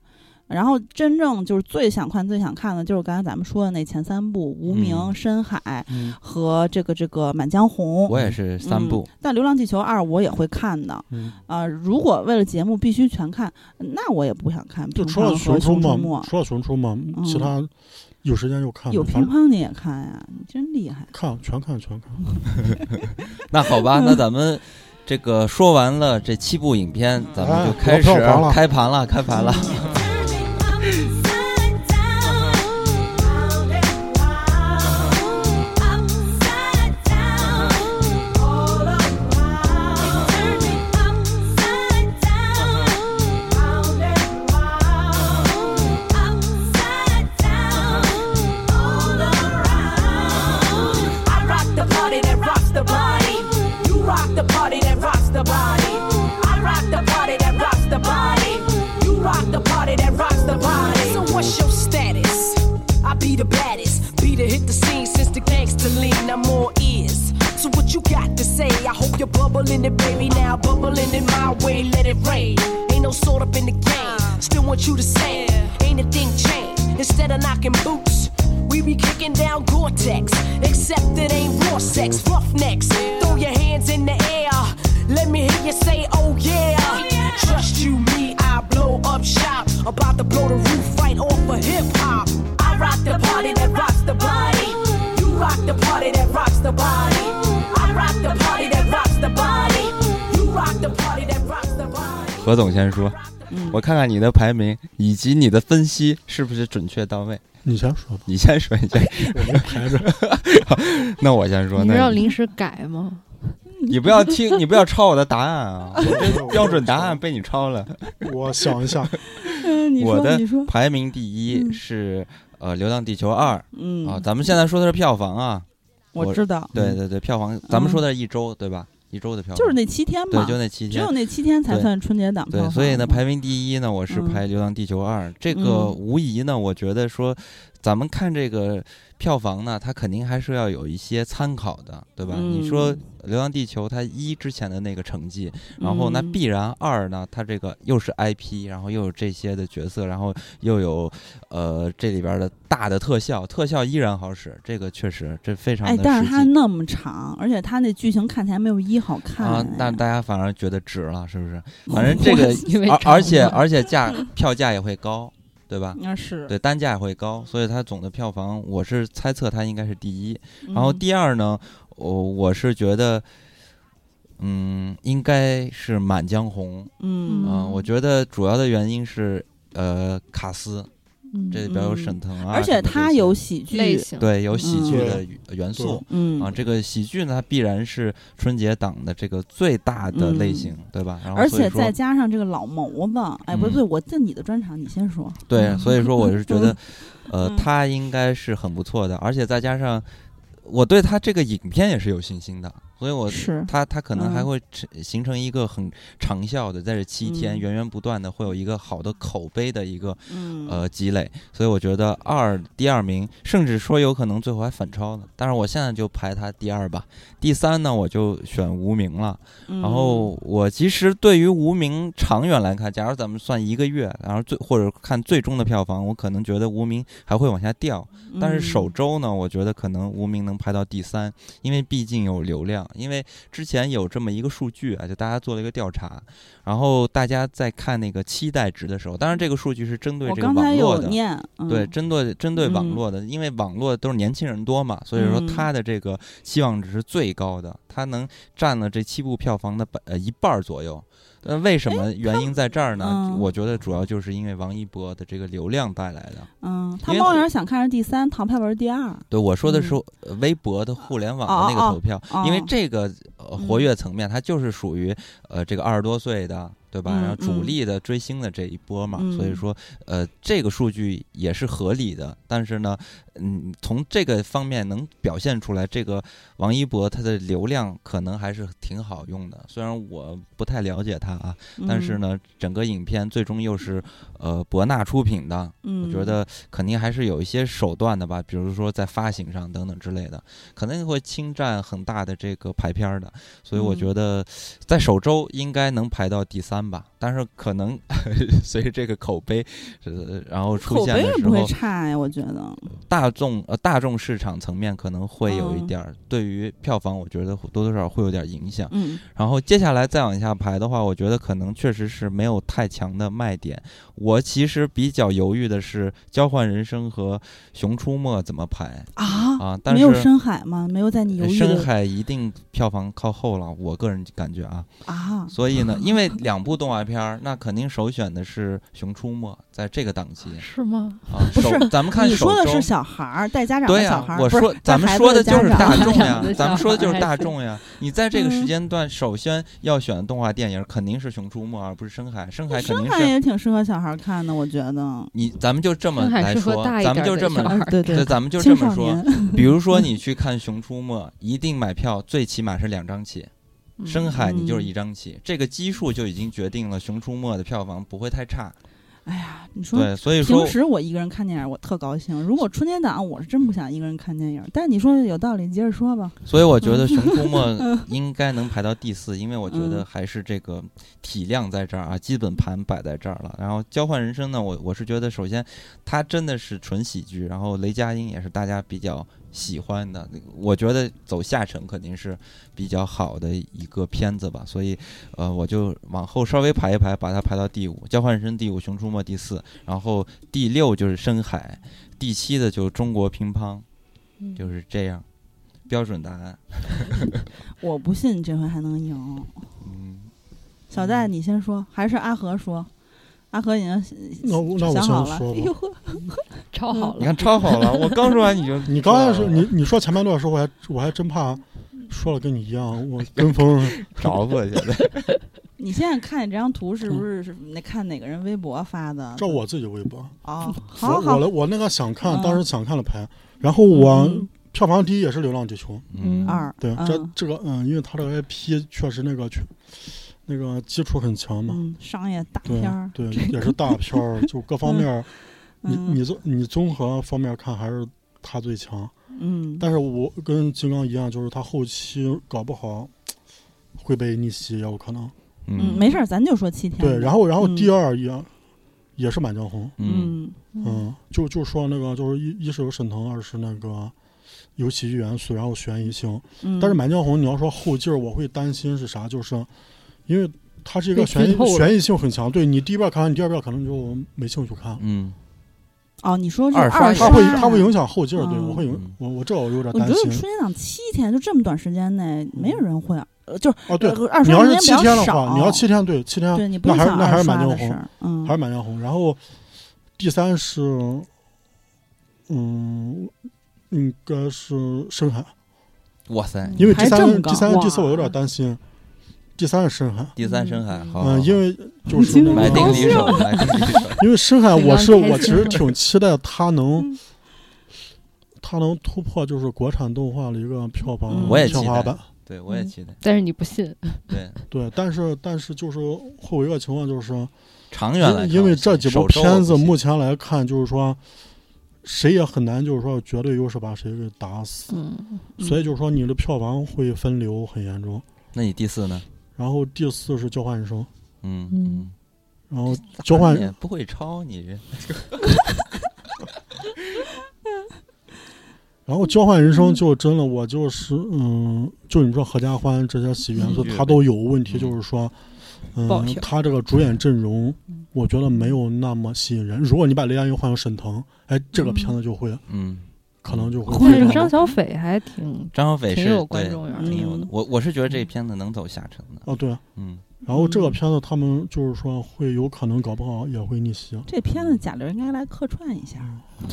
然后真正就是最想看的就是刚才咱们说的那前3部《无名》深海和这个满江红。 我也是3部， 但《流浪地球2》我也会看的。如果为了节目必须全看，那我也不想看。 就除了熊出没，其他有时间就看。 有乒乓你也看呀？你真厉害！ 全看。 那好吧，那咱们这个说完了这7部影片，咱们就开始开盘了。 The baddest, be to hit the scene since the gangster lean. I'm more ears. So what you got to say? I hope you're bubbling it, baby. Now bubbling in my way, let it rain. Ain't no sort up in the game. Still want you to say, ain't a thing changed. Instead of knocking boots, we be kicking down Gore-Tex. Except it ain't raw sex, roughnecks. Throw your hands in the air. Let me hear you say, oh yeah. Trust you, me, I blow up shop. About to blow the roof right off of hip-hop. Rock the party that rocks the body. You rock the party that rocks the body. I rock the party that rocks the body. You rock the party that rocks the body. 何总先说，我看看你的排名以及你的分析是不是准确到位。 你先说吧。 你先说。 我没排着。 那我先说。 你是要临时改吗？ 你不要听，你不要抄我的答案啊！我这标准答案被你抄了。 我想一下。 我的排名第1是流浪地球2。咱们现在说的是票房啊。 我知道。 对，票房咱们说的是1周，对吧？1周的票房就是那7天嘛。 对，就那7天， 只有那7天才算春节档票房。 对，所以呢，排名第1呢，我是排流浪地球2。这个无疑呢，我觉得说咱们看这个票房呢，它肯定还是要有一些参考的，对吧？你说流浪地球它1之前的那个成绩，然后那必然2呢，它这个又是 IP， 然后又有这些的角色，然后又有这里边的大的特效依然好使，这个确实这非常的实际。 但是它那么长，而且它那剧情看起来没有1好看啊， 但大家反而觉得值了，是不是？反正这个而且票价也会高。对吧？ 是对，单价也会高，所以它总的票房，我是猜测它应该是第1。然后第2呢，我是觉得，应该是《满江红》。我觉得主要的原因是卡斯。这里边有沈腾啊， 而且它有喜剧类型， 对，有喜剧的元素。这个喜剧呢，它必然是春节档的这个最大的类型，对吧？然后而且再加上这个老谋子，不对，我进你的专场，你先说。 对，所以说我是觉得，他应该是很不错的，而且再加上我对他这个影片也是有信心的。所以他可能还会形成一个很长效的，在这7天源源不断的会有一个好的口碑的一个积累，所以我觉得第2名，甚至说有可能最后还反超的，但是我现在就排他第2吧。第3呢，我就选无名了。然后我其实对于无名长远来看，假如咱们算1个月，然后或者看最终的票房，我可能觉得无名还会往下掉，但是首周呢，我觉得可能无名能排到第3，因为毕竟有流量。因为之前有这么一个数据啊，就大家做了一个调查，然后大家在看那个期待值的时候，当然这个数据是针对这个网络的，对，针对网络的，因为网络都是年轻人多嘛，所以说它的这个期望值是最高的，它能占了这7部票房的1半左右。为什么原因在这儿呢？我觉得主要就是因为王一博的这个流量带来的。 他猫眼想看是第3，唐派文是第2。 对，我说的是微博的互联网的那个投票，因为这个活跃层面，它就是属于这个20多岁的。对吧？然后主力的追星的这一波嘛，所以说这个数据也是合理的。但是呢，从这个方面能表现出来，这个王一博他的流量可能还是挺好用的。虽然我不太了解他啊，但是呢，整个影片最终又是博纳出品的，我觉得肯定还是有一些手段的吧，比如说在发行上等等之类的，可能会侵占很大的这个排片的。所以我觉得在首周应该能排到第3。 吧，但是可能随着这个口碑，然后出现的时候， 口碑不会差呀，我觉得大众市场层面可能会有一点，对于票房我觉得多多少少会有点影响。然后接下来再往下排的话，我觉得可能确实是没有太强的卖点。我其实比较犹豫的是《交换人生》和《熊出没》怎么排啊？但是没有深海吗？没有在你犹豫的。 深海一定票房靠后了，我个人感觉啊。所以呢，因为2部动画片，那肯定首选的是《熊出没》，在这个档期是吗？ 不是， 咱们看你说的是小孩带家长的小孩。 对呀，我说咱们说的就是大众呀，咱们说的就是大众呀。你在这个时间段，首先要选动画电影，肯定是《熊出没》，而不是深海。深海肯定是。深海也挺适合小孩看的，我觉得。 咱们就这么来说，咱们就这么对， 咱们就这么说。比如说你去看《熊出没》，一定买票，最起码是2张起。深海你就是1张起，这个基数就已经决定了《熊出没》的票房不会太差。 哎呀，你说， 对，所以说平时我一个人看电影，我特高兴。如果春节档，我是真不想一个人看电影。但是你说有道理，你接着说吧。 所以我觉得《熊出没》应该能排到第4，因为我觉得还是这个体量在这儿啊，基本盘摆在这儿了。然后《交换人生》呢，我是觉得首先它真的是纯喜剧，然后雷佳音也是大家比较喜欢的，我觉得走下沉肯定是比较好的一个片子吧，所以我就往后稍微排一排，把它排到第5，交换人生第5，熊出没第4，然后第6就是深海，第7的就是中国乒乓，就是这样标准答案。 我不信这回还能赢。小戴你先说，还是阿和说？阿和已经想好了， 超好了， 你看超好了。我刚说完你刚才说你说前半段的时候，我还真怕说了跟你一样，我跟风着过去的。 你现在看你这张图是不是看哪个人微博发的？ 这我自己微博好， 我那个想看，当时想看了排，然后我票房第1也是《流浪地球》 2， 对，这个因为它的 IP 确实那个基础很强嘛， 商业大片对，也是大片儿，就各方面，你综合方面看还是他最强，但是我跟金刚一样，就是他后期搞不好会被逆袭，也有可能。 没事，咱就说7天。 对，然后第2也是《满江红》，就说那个就是一是有沈腾，二是那个有喜剧元素，然后悬疑性，但是《满江红》你要说后劲儿，我会担心是啥，就是因为它是一个悬疑性很强，对你第1遍看完，你第2遍可能就没兴趣看。 你说这它会影响后劲儿，对，我这我有点担心。 我觉得春节档7天就这么短时间内，没有人会就是对， 你要是7天的话，你要7天，对7天， 对， 那还是《满江红》， 还是《满江红》。然后第3是应该是深海。 哇塞！ 因为第3、第4我有点担心。第3是深海， 第3深海，好， 因为就是买定离手， 因为深海我其实挺期待它能突破就是国产动画的一个票房天花板， 对，我也期待， 但是你不信， 对，但是就是会有一个情况就是长远来看， 因为这几部片子目前来看，就是说谁也很难就是说绝对优势把谁给打死，所以就是说你的票房会分流很严重。 那你第4呢？然后第4是交换人生，然后交换也不会超你这， 然后交换人生就真的我就是就你说合家欢这些喜剧元素它都有问题，就是说他这个主演阵容我觉得没有那么吸引人。如果你把雷佳音换成沈腾，这个片子就会可能就会。 但是张小斐还张小斐是有观众缘， 挺有的。我是觉得这片子能走下沉的。 对，然后这个片子他们就是说会有可能搞不好也会逆袭。 这片子贾玲应该来客串一下。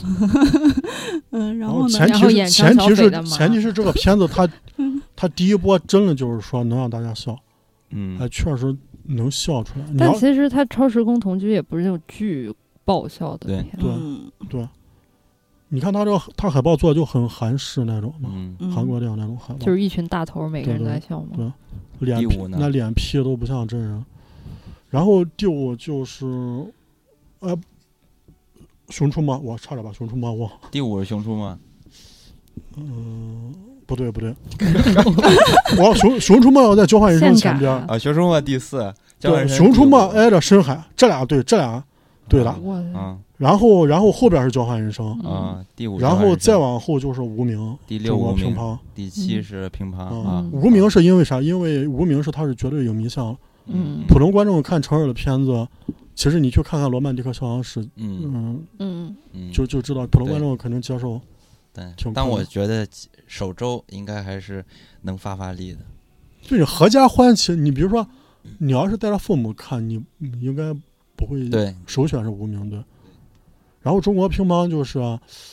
然后前提是这个片子它第1波真的就是说能让大家笑，确实能笑出来。 但其实它《超时空同居》也不是那种巨爆笑的片， 对。你看他海报做的就很韩式那种嘛，韩国电影那种海报， 就是一群大头每个人在笑嘛。 对，脸 P 都不像真人。然后第5就是熊出没，我差点把熊出没忘。 第5是熊出没。 不对，我熊出没我在交换人生前边熊出没第4， 对，熊出没挨着深海，这俩对的。然后后边是交换人生啊，第5， 然后再往后就是无名， 第6无名， 乒乓， 第7是乒乓啊。 无名是因为啥？因为无名是它是绝对影迷向了。普通观众看成人的片子，其实你去看看《罗曼蒂克消亡史》，就知道普通观众肯定接受。 对，但我觉得首周应该还是能发力的。 就是合家欢起，你比如说，你要是带着父母看，你应该不会首选是无名对。然后中国乒乓就是，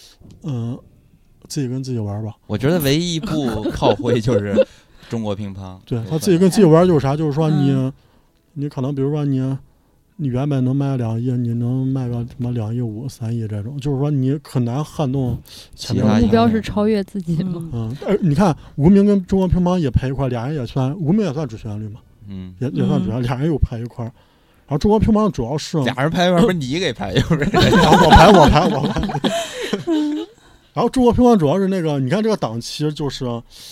自己跟自己玩吧。 我觉得唯一一部炮灰就是中国乒乓。 对，他自己跟自己玩就是啥？就是说你可能比如说你原本能卖2亿，你能卖个什么2亿5、3亿这种，就是说你很难撼动前面。 目标是超越自己吗？ 你看无名跟中国乒乓也排一块，俩人也算无名也算主旋律嘛，也算主旋律，俩人又排一块。然后中国乒乓主要是俩人排一块，不是你给排，又不是我排。然后中国乒乓主要是那个，你看这个档期就是，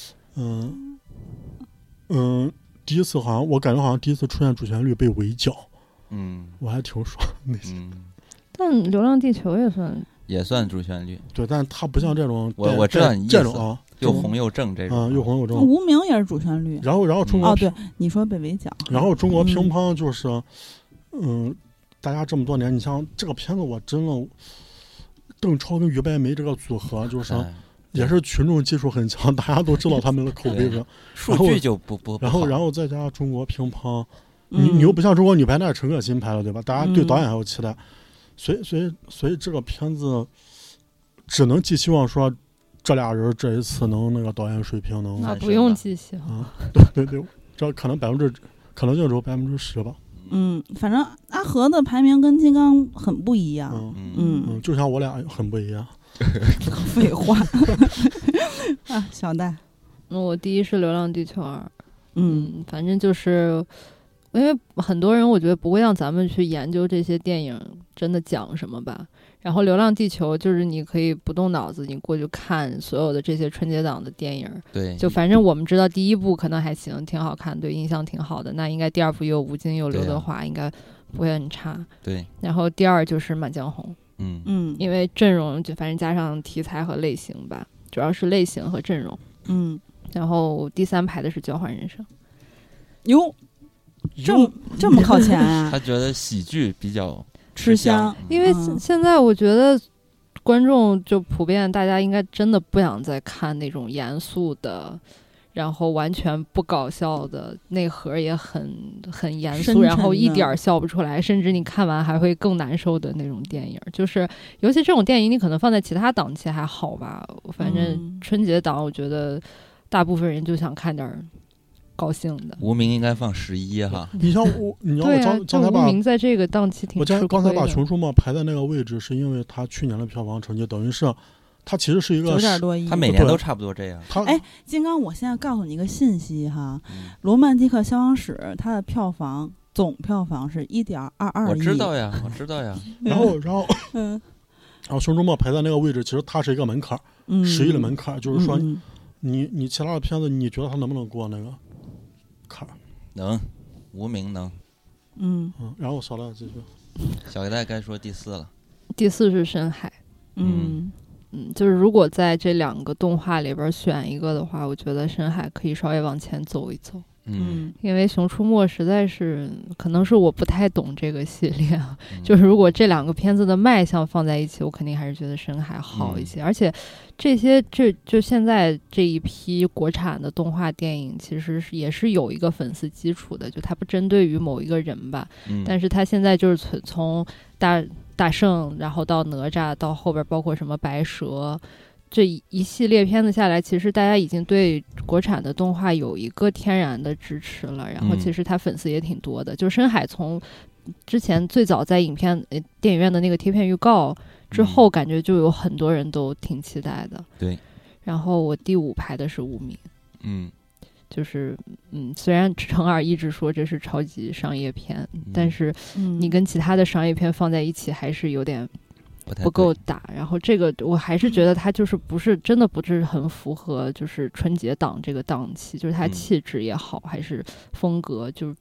第一次好像我感觉好像第一次出现主旋律被围剿。我还挺爽那些。 但《流浪地球》 也算主旋律， 对，但它不像这种， 我知道你意思， 这种啊， 又红又正这种， 又红又正。 无名也是主旋律。 然后中国对，你说被围剿。 然后中国乒乓就是，大家这么多年，你像这个片子，我真的，邓超跟于白眉这个组合，就是也是群众基础很强，大家都知道他们的口碑是。 数据就不。 然后再加上中国乒乓。你又不像中国女排，那是陈可辛拍的，对吧？大家对导演还有期待，所以这个片子只能寄希望说，这俩人这一次能那个导演水平能。 那不用寄希望。 对，这可能可能性只有10%吧。 反正阿和的排名跟金刚很不一样。 就像我俩很不一样。 废话。小戴， 我第1是《流浪地球2》。反正就是。因为很多人我觉得不会让咱们去研究这些电影真的讲什么吧，然后《流浪地球》就是你可以不动脑子，你过去看所有的这些春节档的电影， 对， 就反正我们知道第1部可能还行，挺好看，对，印象挺好的，那应该第2部又有吴京又有刘德华，应该不会很差， 对。 然后第2就是《满江红》，因为阵容就反正加上题材和类型吧，主要是类型和阵容，然后第3排的是《交换人生》， 哟。这么靠前啊？ 他觉得喜剧比较吃香， 因为现在我觉得观众就普遍，大家应该真的不想再看那种严肃的，然后完全不搞笑的，内核也很严肃，然后一点笑不出来，甚至你看完还会更难受的那种电影。就是尤其这种电影，你可能放在其他档期还好吧，反正春节档，我觉得大部分人就想看点高兴的。 无名应该放11哈。 你像我刚才把无名在这个档期挺吃亏的。 我刚才把《熊出没》排在那个位置，是因为他去年的票房成绩等于是，他其实是一个 9点多亿， 他每年都差不多这样。 金刚，我现在告诉你一个信息哈，罗曼蒂克消亡史它的总票房是1.22亿。 我知道呀。 然后熊出没排在那个位置，其实它是一个门槛，10亿的门槛，就是说你其他的片子，你觉得它能不能过那个坎？ 能，无名能。 然后小戴继续。 小戴该说第4了。 第4是深海。就是如果在这2个动画里边选一个的话，我觉得深海可以稍微往前走一走。因为熊出没实在是可能是我不太懂这个系列啊，就是如果这2个片子的卖相放在一起，我肯定还是觉得深海好一些。而且这就现在这一批国产的动画电影，其实也是有一个粉丝基础的，就它不针对于某一个人吧，但是它现在就是从大圣，然后到哪吒，到后边包括什么白蛇。这一系列片子下来，其实大家已经对国产的动画有一个天然的支持了，然后其实他粉丝也挺多的。就深海从之前最早在电影院的那个贴片预告之后，感觉就有很多人都挺期待的。 对。 然后我第5排的是无名。就是虽然程耳一直说这是超级商业片，但是你跟其他的商业片放在一起，还是有点不够打，然后这个我还是觉得它就是真的不是很符合就是春节档这个档期，就是它气质也好，还是风格，就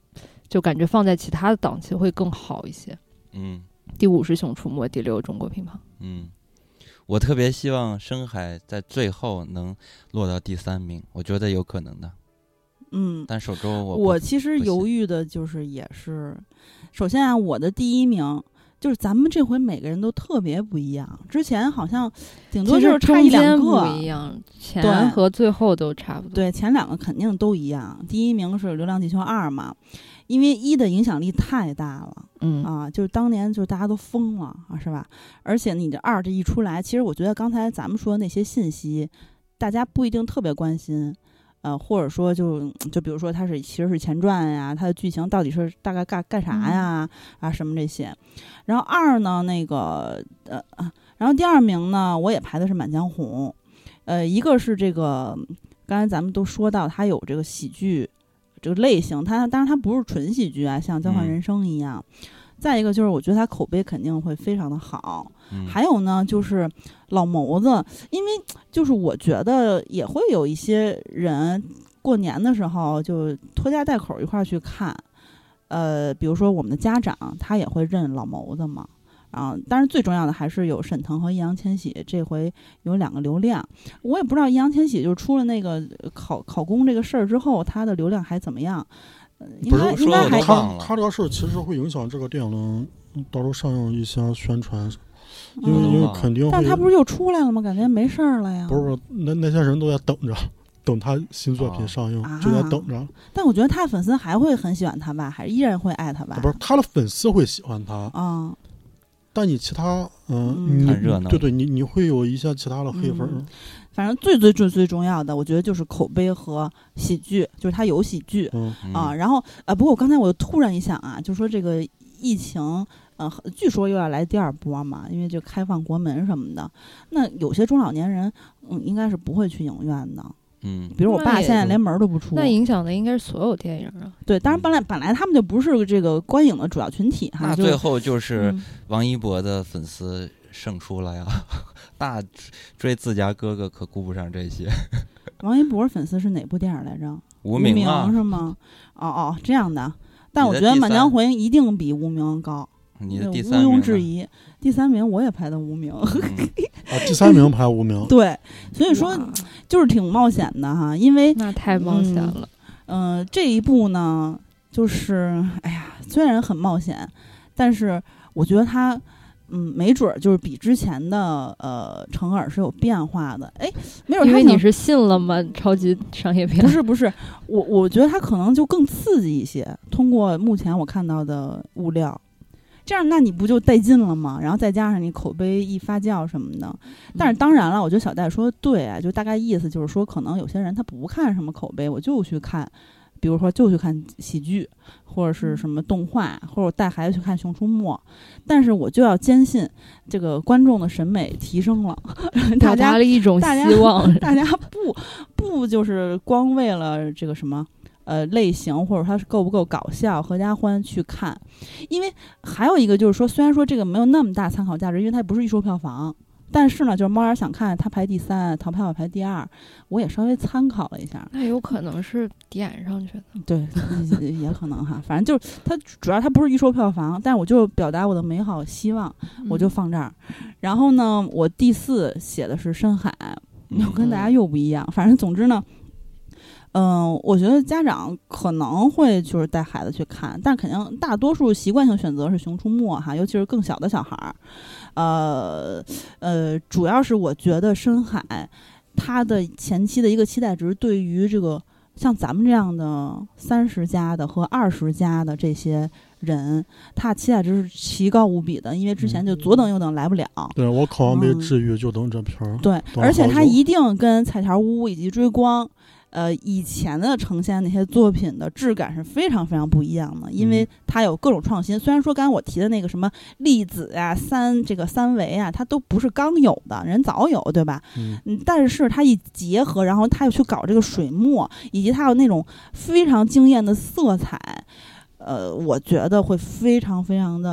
就感觉放在其他的档期会更好一些。第5是《熊出没》，第6中国乒乓。 我特别希望深海在最后能落到第3名，我觉得有可能的。但首周我其实犹豫的就是也是，首先啊，我的第1名就是咱们这回每个人都特别不一样，之前好像顶多就是差1、2个不一样，前和最后都差不多。 对，前2个肯定都一样。第1名是《流浪地球2》嘛，因为1的影响力太大了，就是当年就大家都疯了啊，是吧？而且你这2这一出来，其实我觉得刚才咱们说的那些信息，大家不一定特别关心。或者说就比如说它其实是前传呀，它的剧情到底是大概干啥呀，什么这些。然后2呢，然后第2名呢，我也排的是《满江红》。一个是这个刚才咱们都说到，它有这个喜剧这个类型，当然它不是纯喜剧啊，像《交换人生》一样。再一个就是我觉得它口碑肯定会非常的好，还有呢就是老谋子，因为就是我觉得也会有一些人过年的时候就拖家带口一块去看，比如说我们的家长他也会认老谋子嘛，当然最重要的还是有沈腾和易烊千玺，这回有2个流量。我也不知道易烊千玺就出了那个考公这个事儿之后，他的流量还怎么样。 不是说他这个事其实会影响这个电影到时候上映一些宣传，因为肯定会。 但他不是又出来了吗？感觉没事儿了呀。 不是，那些人都在等他新作品上映，就在等着。 但我觉得他的粉丝还会很喜欢他吧，还是依然会爱他吧？ 不是，他的粉丝会喜欢他但你其他看热闹， 对，你会有一些其他的黑粉。 反正最重要的，我觉得就是口碑和喜剧，就是它有喜剧然后不过刚才我突然一想啊，就说这个疫情据说又要来第2波嘛，因为就开放国门什么的，那有些中老年人应该是不会去影院的。比如我爸现在连门都不出， 那影响的应该是所有电影啊。 对，当然本来他们就不是这个观影的主要群体哈。 那最后就是王一博的粉丝胜出了呀，大追自家哥哥可顾不上这些。 王一博粉丝是哪部电影来着？ 无名是吗？这样的。但我觉得《满江红》一定比无名高。 你的第3名毋庸置疑，第3名我也排的无名。 第3名排无名。 对，所以说就是挺冒险的哈，因为那太冒险了。 这一部呢，就是虽然很冒险，但是我觉得它没准就是比之前的成尔是有变化的。没准因为你是信了吗？超级商业片不是，我觉得它可能就更刺激一些。通过目前我看到的物料。这样那你不就带劲了吗？然后再加上你口碑一发酵什么的。但是当然了，我觉得小戴说对啊，就大概意思就是说，可能有些人他不看什么口碑，我就去看，比如说就去看喜剧或者是什么动画，或者我带孩子去看《熊出没》，但是我就要坚信这个观众的审美提升了，大家了一种希望， 大家不就是光为了这个什么。类型或者它是够不够搞笑合家欢去看。因为还有一个就是说，虽然说这个没有那么大参考价值，因为它不是预售票房，但是呢就是猫眼想看它排第3，淘票排第2，我也稍微参考了一下。 那有可能是点上去的。 对，也可能哈，反正就是它主要它不是预售票房，但是我就表达我的美好希望，我就放这儿。然后呢我第4写的是深海，我跟大家又不一样，反正总之呢我觉得家长可能会就是带孩子去看，但肯定大多数习惯性选择是《熊出没》哈，尤其是更小的小孩儿。主要是我觉得深海它的前期的一个期待值，对于这个像咱们这样的30加的和20加的这些人，他期待值是奇高无比的，因为之前就左等右等来不了。 对，我考完没治愈就等这片儿。 对，而且他一定跟彩条屋以及追光以前的呈现那些作品的质感是非常非常不一样的，因为它有各种创新。虽然说刚才我提的那个什么粒子啊、这个三维啊，它都不是刚有的，人早有，对吧？但是它一结合，然后它又去搞这个水墨，以及它有那种非常惊艳的色彩，我觉得会非常非常的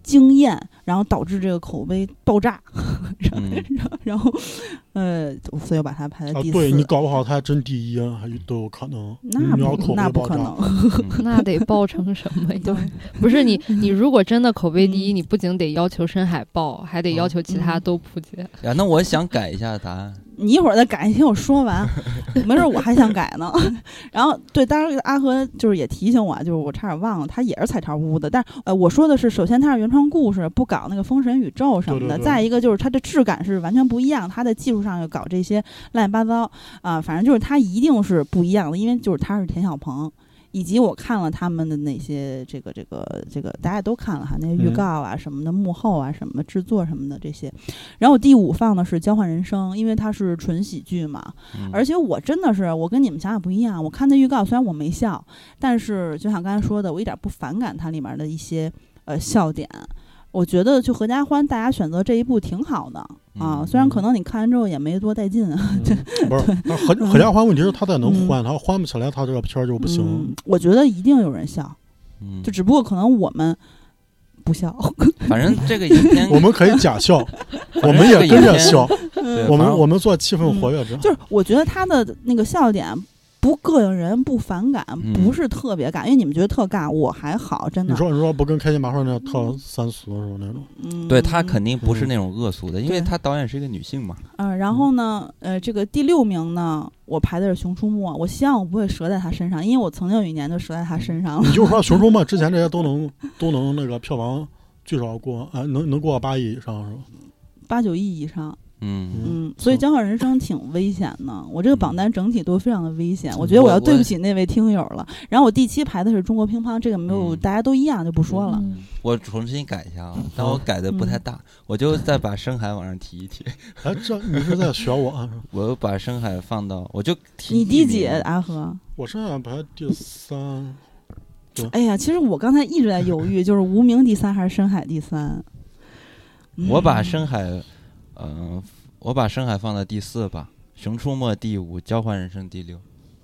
惊艳，然后导致这个口碑爆炸，然后所以我把它排在第4。 对，你搞不好它还真第一，还都有可能。 那不可能， 那得爆成什么呀？不是你如果真的口碑第一，你不仅得要求深海爆，还得要求其他都扑街。 呀，那我想改一下答案。 你一会儿再改，你听我说完，没事，我还想改呢。然后对，当然阿和就是也提醒我，就是我差点忘了，他也是彩条屋的。但我说的是，首先它是原创故事，不搞那个封神宇宙什么的。 对对对， 再一个就是它的质感是完全不一样，它的技术上又搞这些乱七八糟啊，反正就是它一定是不一样的，因为就是他是田小鹏。以及我看了他们的那些这个大家都看了哈，那些预告啊什么的，幕后啊什么制作什么的这些。然后我第5放的是《交换人生》，因为它是纯喜剧嘛，而且我真的是我跟你们想法不一样，我看那预告虽然我没笑，但是就像刚才说的，我一点不反感它里面的一些笑点。我觉得就合家欢，大家选择这一部挺好的啊。虽然可能你看完之后也没多带劲， 不是，那合家欢问题是他再能欢，他欢不起来，他这个片儿就不行。 我觉得一定有人笑，就只不过可能我们不笑。 反正这个影片我们可以假笑，我们也跟着笑，我们做气氛活跃者。 就是我觉得他的那个笑点不膈应人，不反感，不是特别尬，因为你们觉得特尬，我还好，真的。你说不跟开心麻花那特三俗是吧那种？ 对，他肯定不是那种恶俗的，因为他导演是一个女性嘛。 然后呢，这个第6名呢，我排的是《熊出没》，我希望我不会折在他身上，因为我曾经有一年就折在他身上了。 你就说《熊出没》之前这些都能那个票房最少过能过8亿以上是吧 ？8、9亿以上。所以《交换人生》挺危险的，我这个榜单整体都非常的危险，我觉得我要对不起那位听友了。然后我第7排的是中国乒乓，这个没有大家都一样就不说了。 我重新改一下啊，但我改的不太大，我就再把深海往上提一提。 这你是在学我？ 我把深海放到，我就提。 你第几阿和？ 我深海排第3。 哎呀，其实我刚才一直在犹豫，就是无名第3还是深海第3。 我把深海。我把深海放到第4吧，熊出没第5，交换人生第6。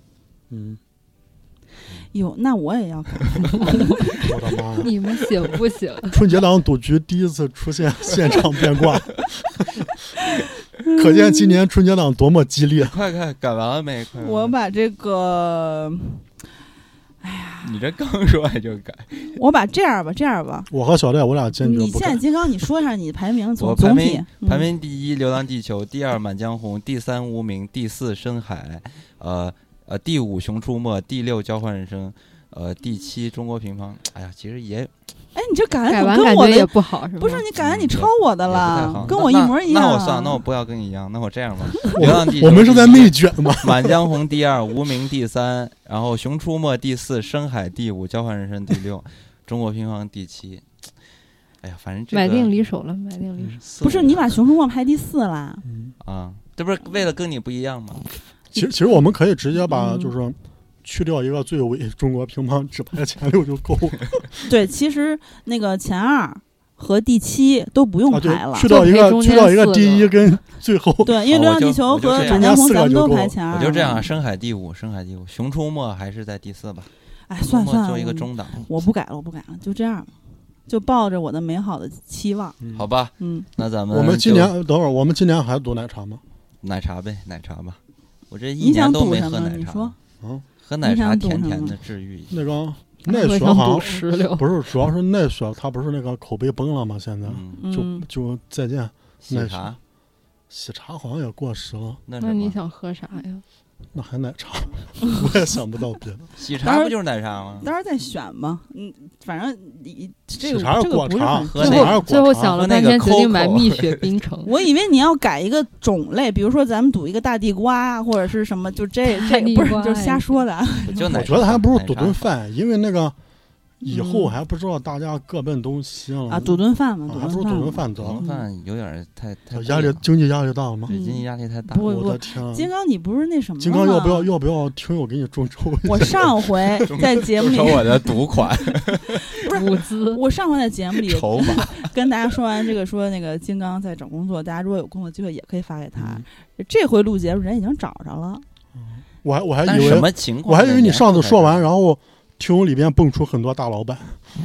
哟，那我也要改。 我的妈呀！ 你们行不行？ 春节档赌局第一次出现现场变卦，可见今年春节档多么激烈。 快改完了没？ 我把这个。哎呀， 你这刚说完就改。 我把这样吧， 我和小戴我俩坚决不改。 你现在金刚，你说一下你排名总体。 排名第1《流浪地球》，第2《满江红》，第3《无名》，第4深海，第5《熊出没》，第6《交换人生》，第7中国乒乓。哎呀，其实也。 哎，你这改完感觉也不好，是吧？ 不是，你改完你超我的了，跟我一模一样。 那我算了，那我不要跟你一样，那我这样吧。流浪地球， 我们是在内卷吗？ 满江红第2，无名第3，然后熊出没第4，深海第5，交换人生第6，中国乒乓第7。哎呀，反正这个买定离手了，买定离手。 不是你把熊出没排第4啦？ 这不是为了跟你不一样吗？ 其实我们可以直接把就是去掉一个最尾，中国乒乓只排前6就够了。 对，其实那个前2和第7都不用排了， 去掉一个第1跟最后。 对，因为流浪地球和满江红咱们都排前2。 我就这样，深海第5，熊出没还是在第4吧。 哎，算了， 做一个中档。 我不改了，就这样吧。就抱着我的美好的期望， 好吧，那咱们我们今年等会儿，我们今年还赌奶茶吗？ 奶茶呗，奶茶吧。我这一年都没喝奶茶。 你说， 喝奶茶甜甜的，治愈。 那个奈雪好像不是，主要是奈雪，它不是那个口碑崩了吗？现在就再见。喜茶好像也过时了。 那你想喝啥呀？ 那还奶茶，我也想不到别的。 喜茶不就是奶茶吗？ 到时候再选吧。反正这个喜茶是果茶， 最后想了半天决定买蜜雪冰城。 我以为你要改一个种类，比如说咱们赌一个大地瓜或者是什么，就这不是就是瞎说的。 我觉得还不如赌顿饭，因为那个。以后还不知道大家各奔东西了赌顿饭嘛， 还不如赌顿饭得了。 赌顿饭有点太压力，经济压力大吗？ 对，经济压力太大。 我的天！ 金刚，你不是那什么吗？ 金刚要不要听我给你众筹一下？ 我上回在节目里收我的赌款， 物资。 我上回在节目里筹码跟大家说完这个，说那个金刚在找工作，大家如果有工作机会也可以发给他。这回录节目人已经找着了。 我还以为什么情况？ 我还以为你上次说完，然后听里边蹦出很多大老板。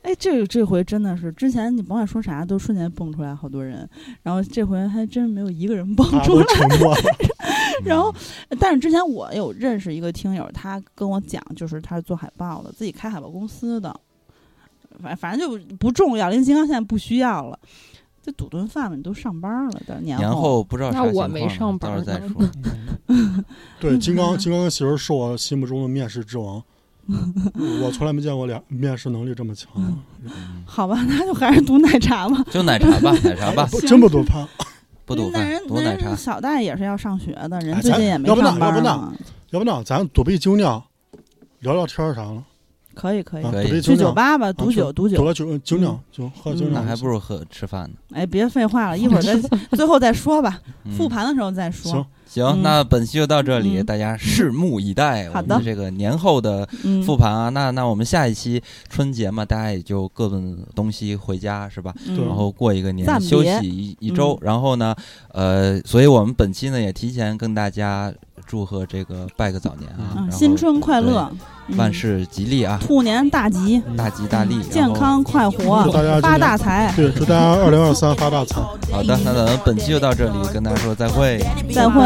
哎，这回真的是，之前你甭管说啥都瞬间蹦出来好多人，然后这回还真没有一个人蹦出来。然后，但是之前我有认识一个听友，他跟我讲，就是他是做海报的，自己开海报公司的，反正就不重要，林金刚现在不需要了。这堵顿饭嘛，你都上班了的年后不知道啥情况， 那我没上班， 到时候再说。 对，金刚媳妇是我心目中的面试之王。我从来没见过面试能力这么强。 好吧，那就还是读奶茶吧。 就奶茶吧，奶茶吧。 真不读饭， 不读饭，读奶茶。 小戴也是要上学的，人最近也没上班嘛。 要不那咱多杯酒酿，聊聊天啥了。 可以， 去酒吧吧，赌酒， 酒酿，就喝酒酿， 那还不如吃饭呢。 哎，别废话了，一会儿最后再说吧，复盘的时候再说。 行，那本期就到这里，大家拭目以待。 好的， 我们这个年后的复盘啊，那我们下一期春节嘛，大家也就各奔东西回家是吧？然后过一个年，休息一周。然后呢，所以我们本期呢也提前跟大家祝贺这个拜个早年啊， 新春快乐。 万事吉利啊！ 兔年大吉， 大吉大利， 健康快活，发大财。 对，祝大家2023发大财。 好的，那咱们本期就到这里，跟大家说再会， 再会。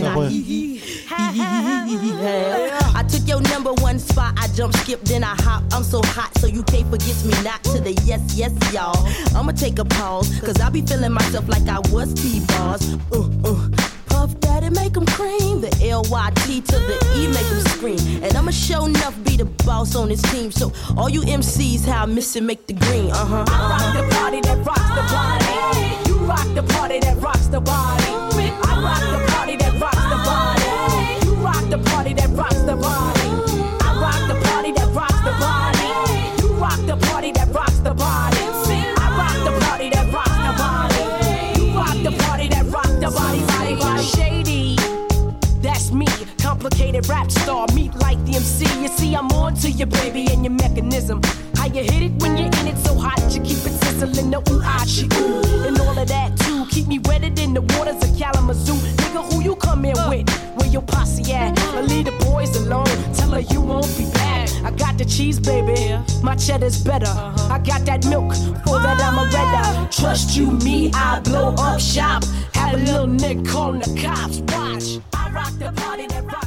I took your number one spot, I jump, skip, then I hop. I'm so hot, so you can't forget me not to the yes, y'all. I'ma take a pause, cause I be feeling myself like I was T-Bars. Puff Daddy make them cream, the L-Y-T to the E make them scream. And I'ma show enough be the boss on this team. So all you MCs, how I miss it, make the green, I rock the party that rocks the body. You rock the party that rocks the body. I rock the party that rocks the body. You rock the party that rocks the body. I rock the party that rocks the body. You rock the party that rocks the body. I rock the party that rocks the body. You rock the party that rocks the body. Shady, that's me. Complicated rap star, meet like the MC. You see, I'm on to you, baby, and your mechanism. How you hit it when you're in it so hot, you keep it sizzling, the ooh-ah-chi-ooh. And all of that, too, keep me wetted in the waters of Kalamazoo. Nigga, who you come in with? Where your posse at? Or leave the boys alone, tell her you won't be back. I got the cheese, baby, my cheddar's better. I got that milk, for that I'm a redder. Trust you, me, I blow up shop. Have a little Nick calling the cops, watch. I rock the party that rock.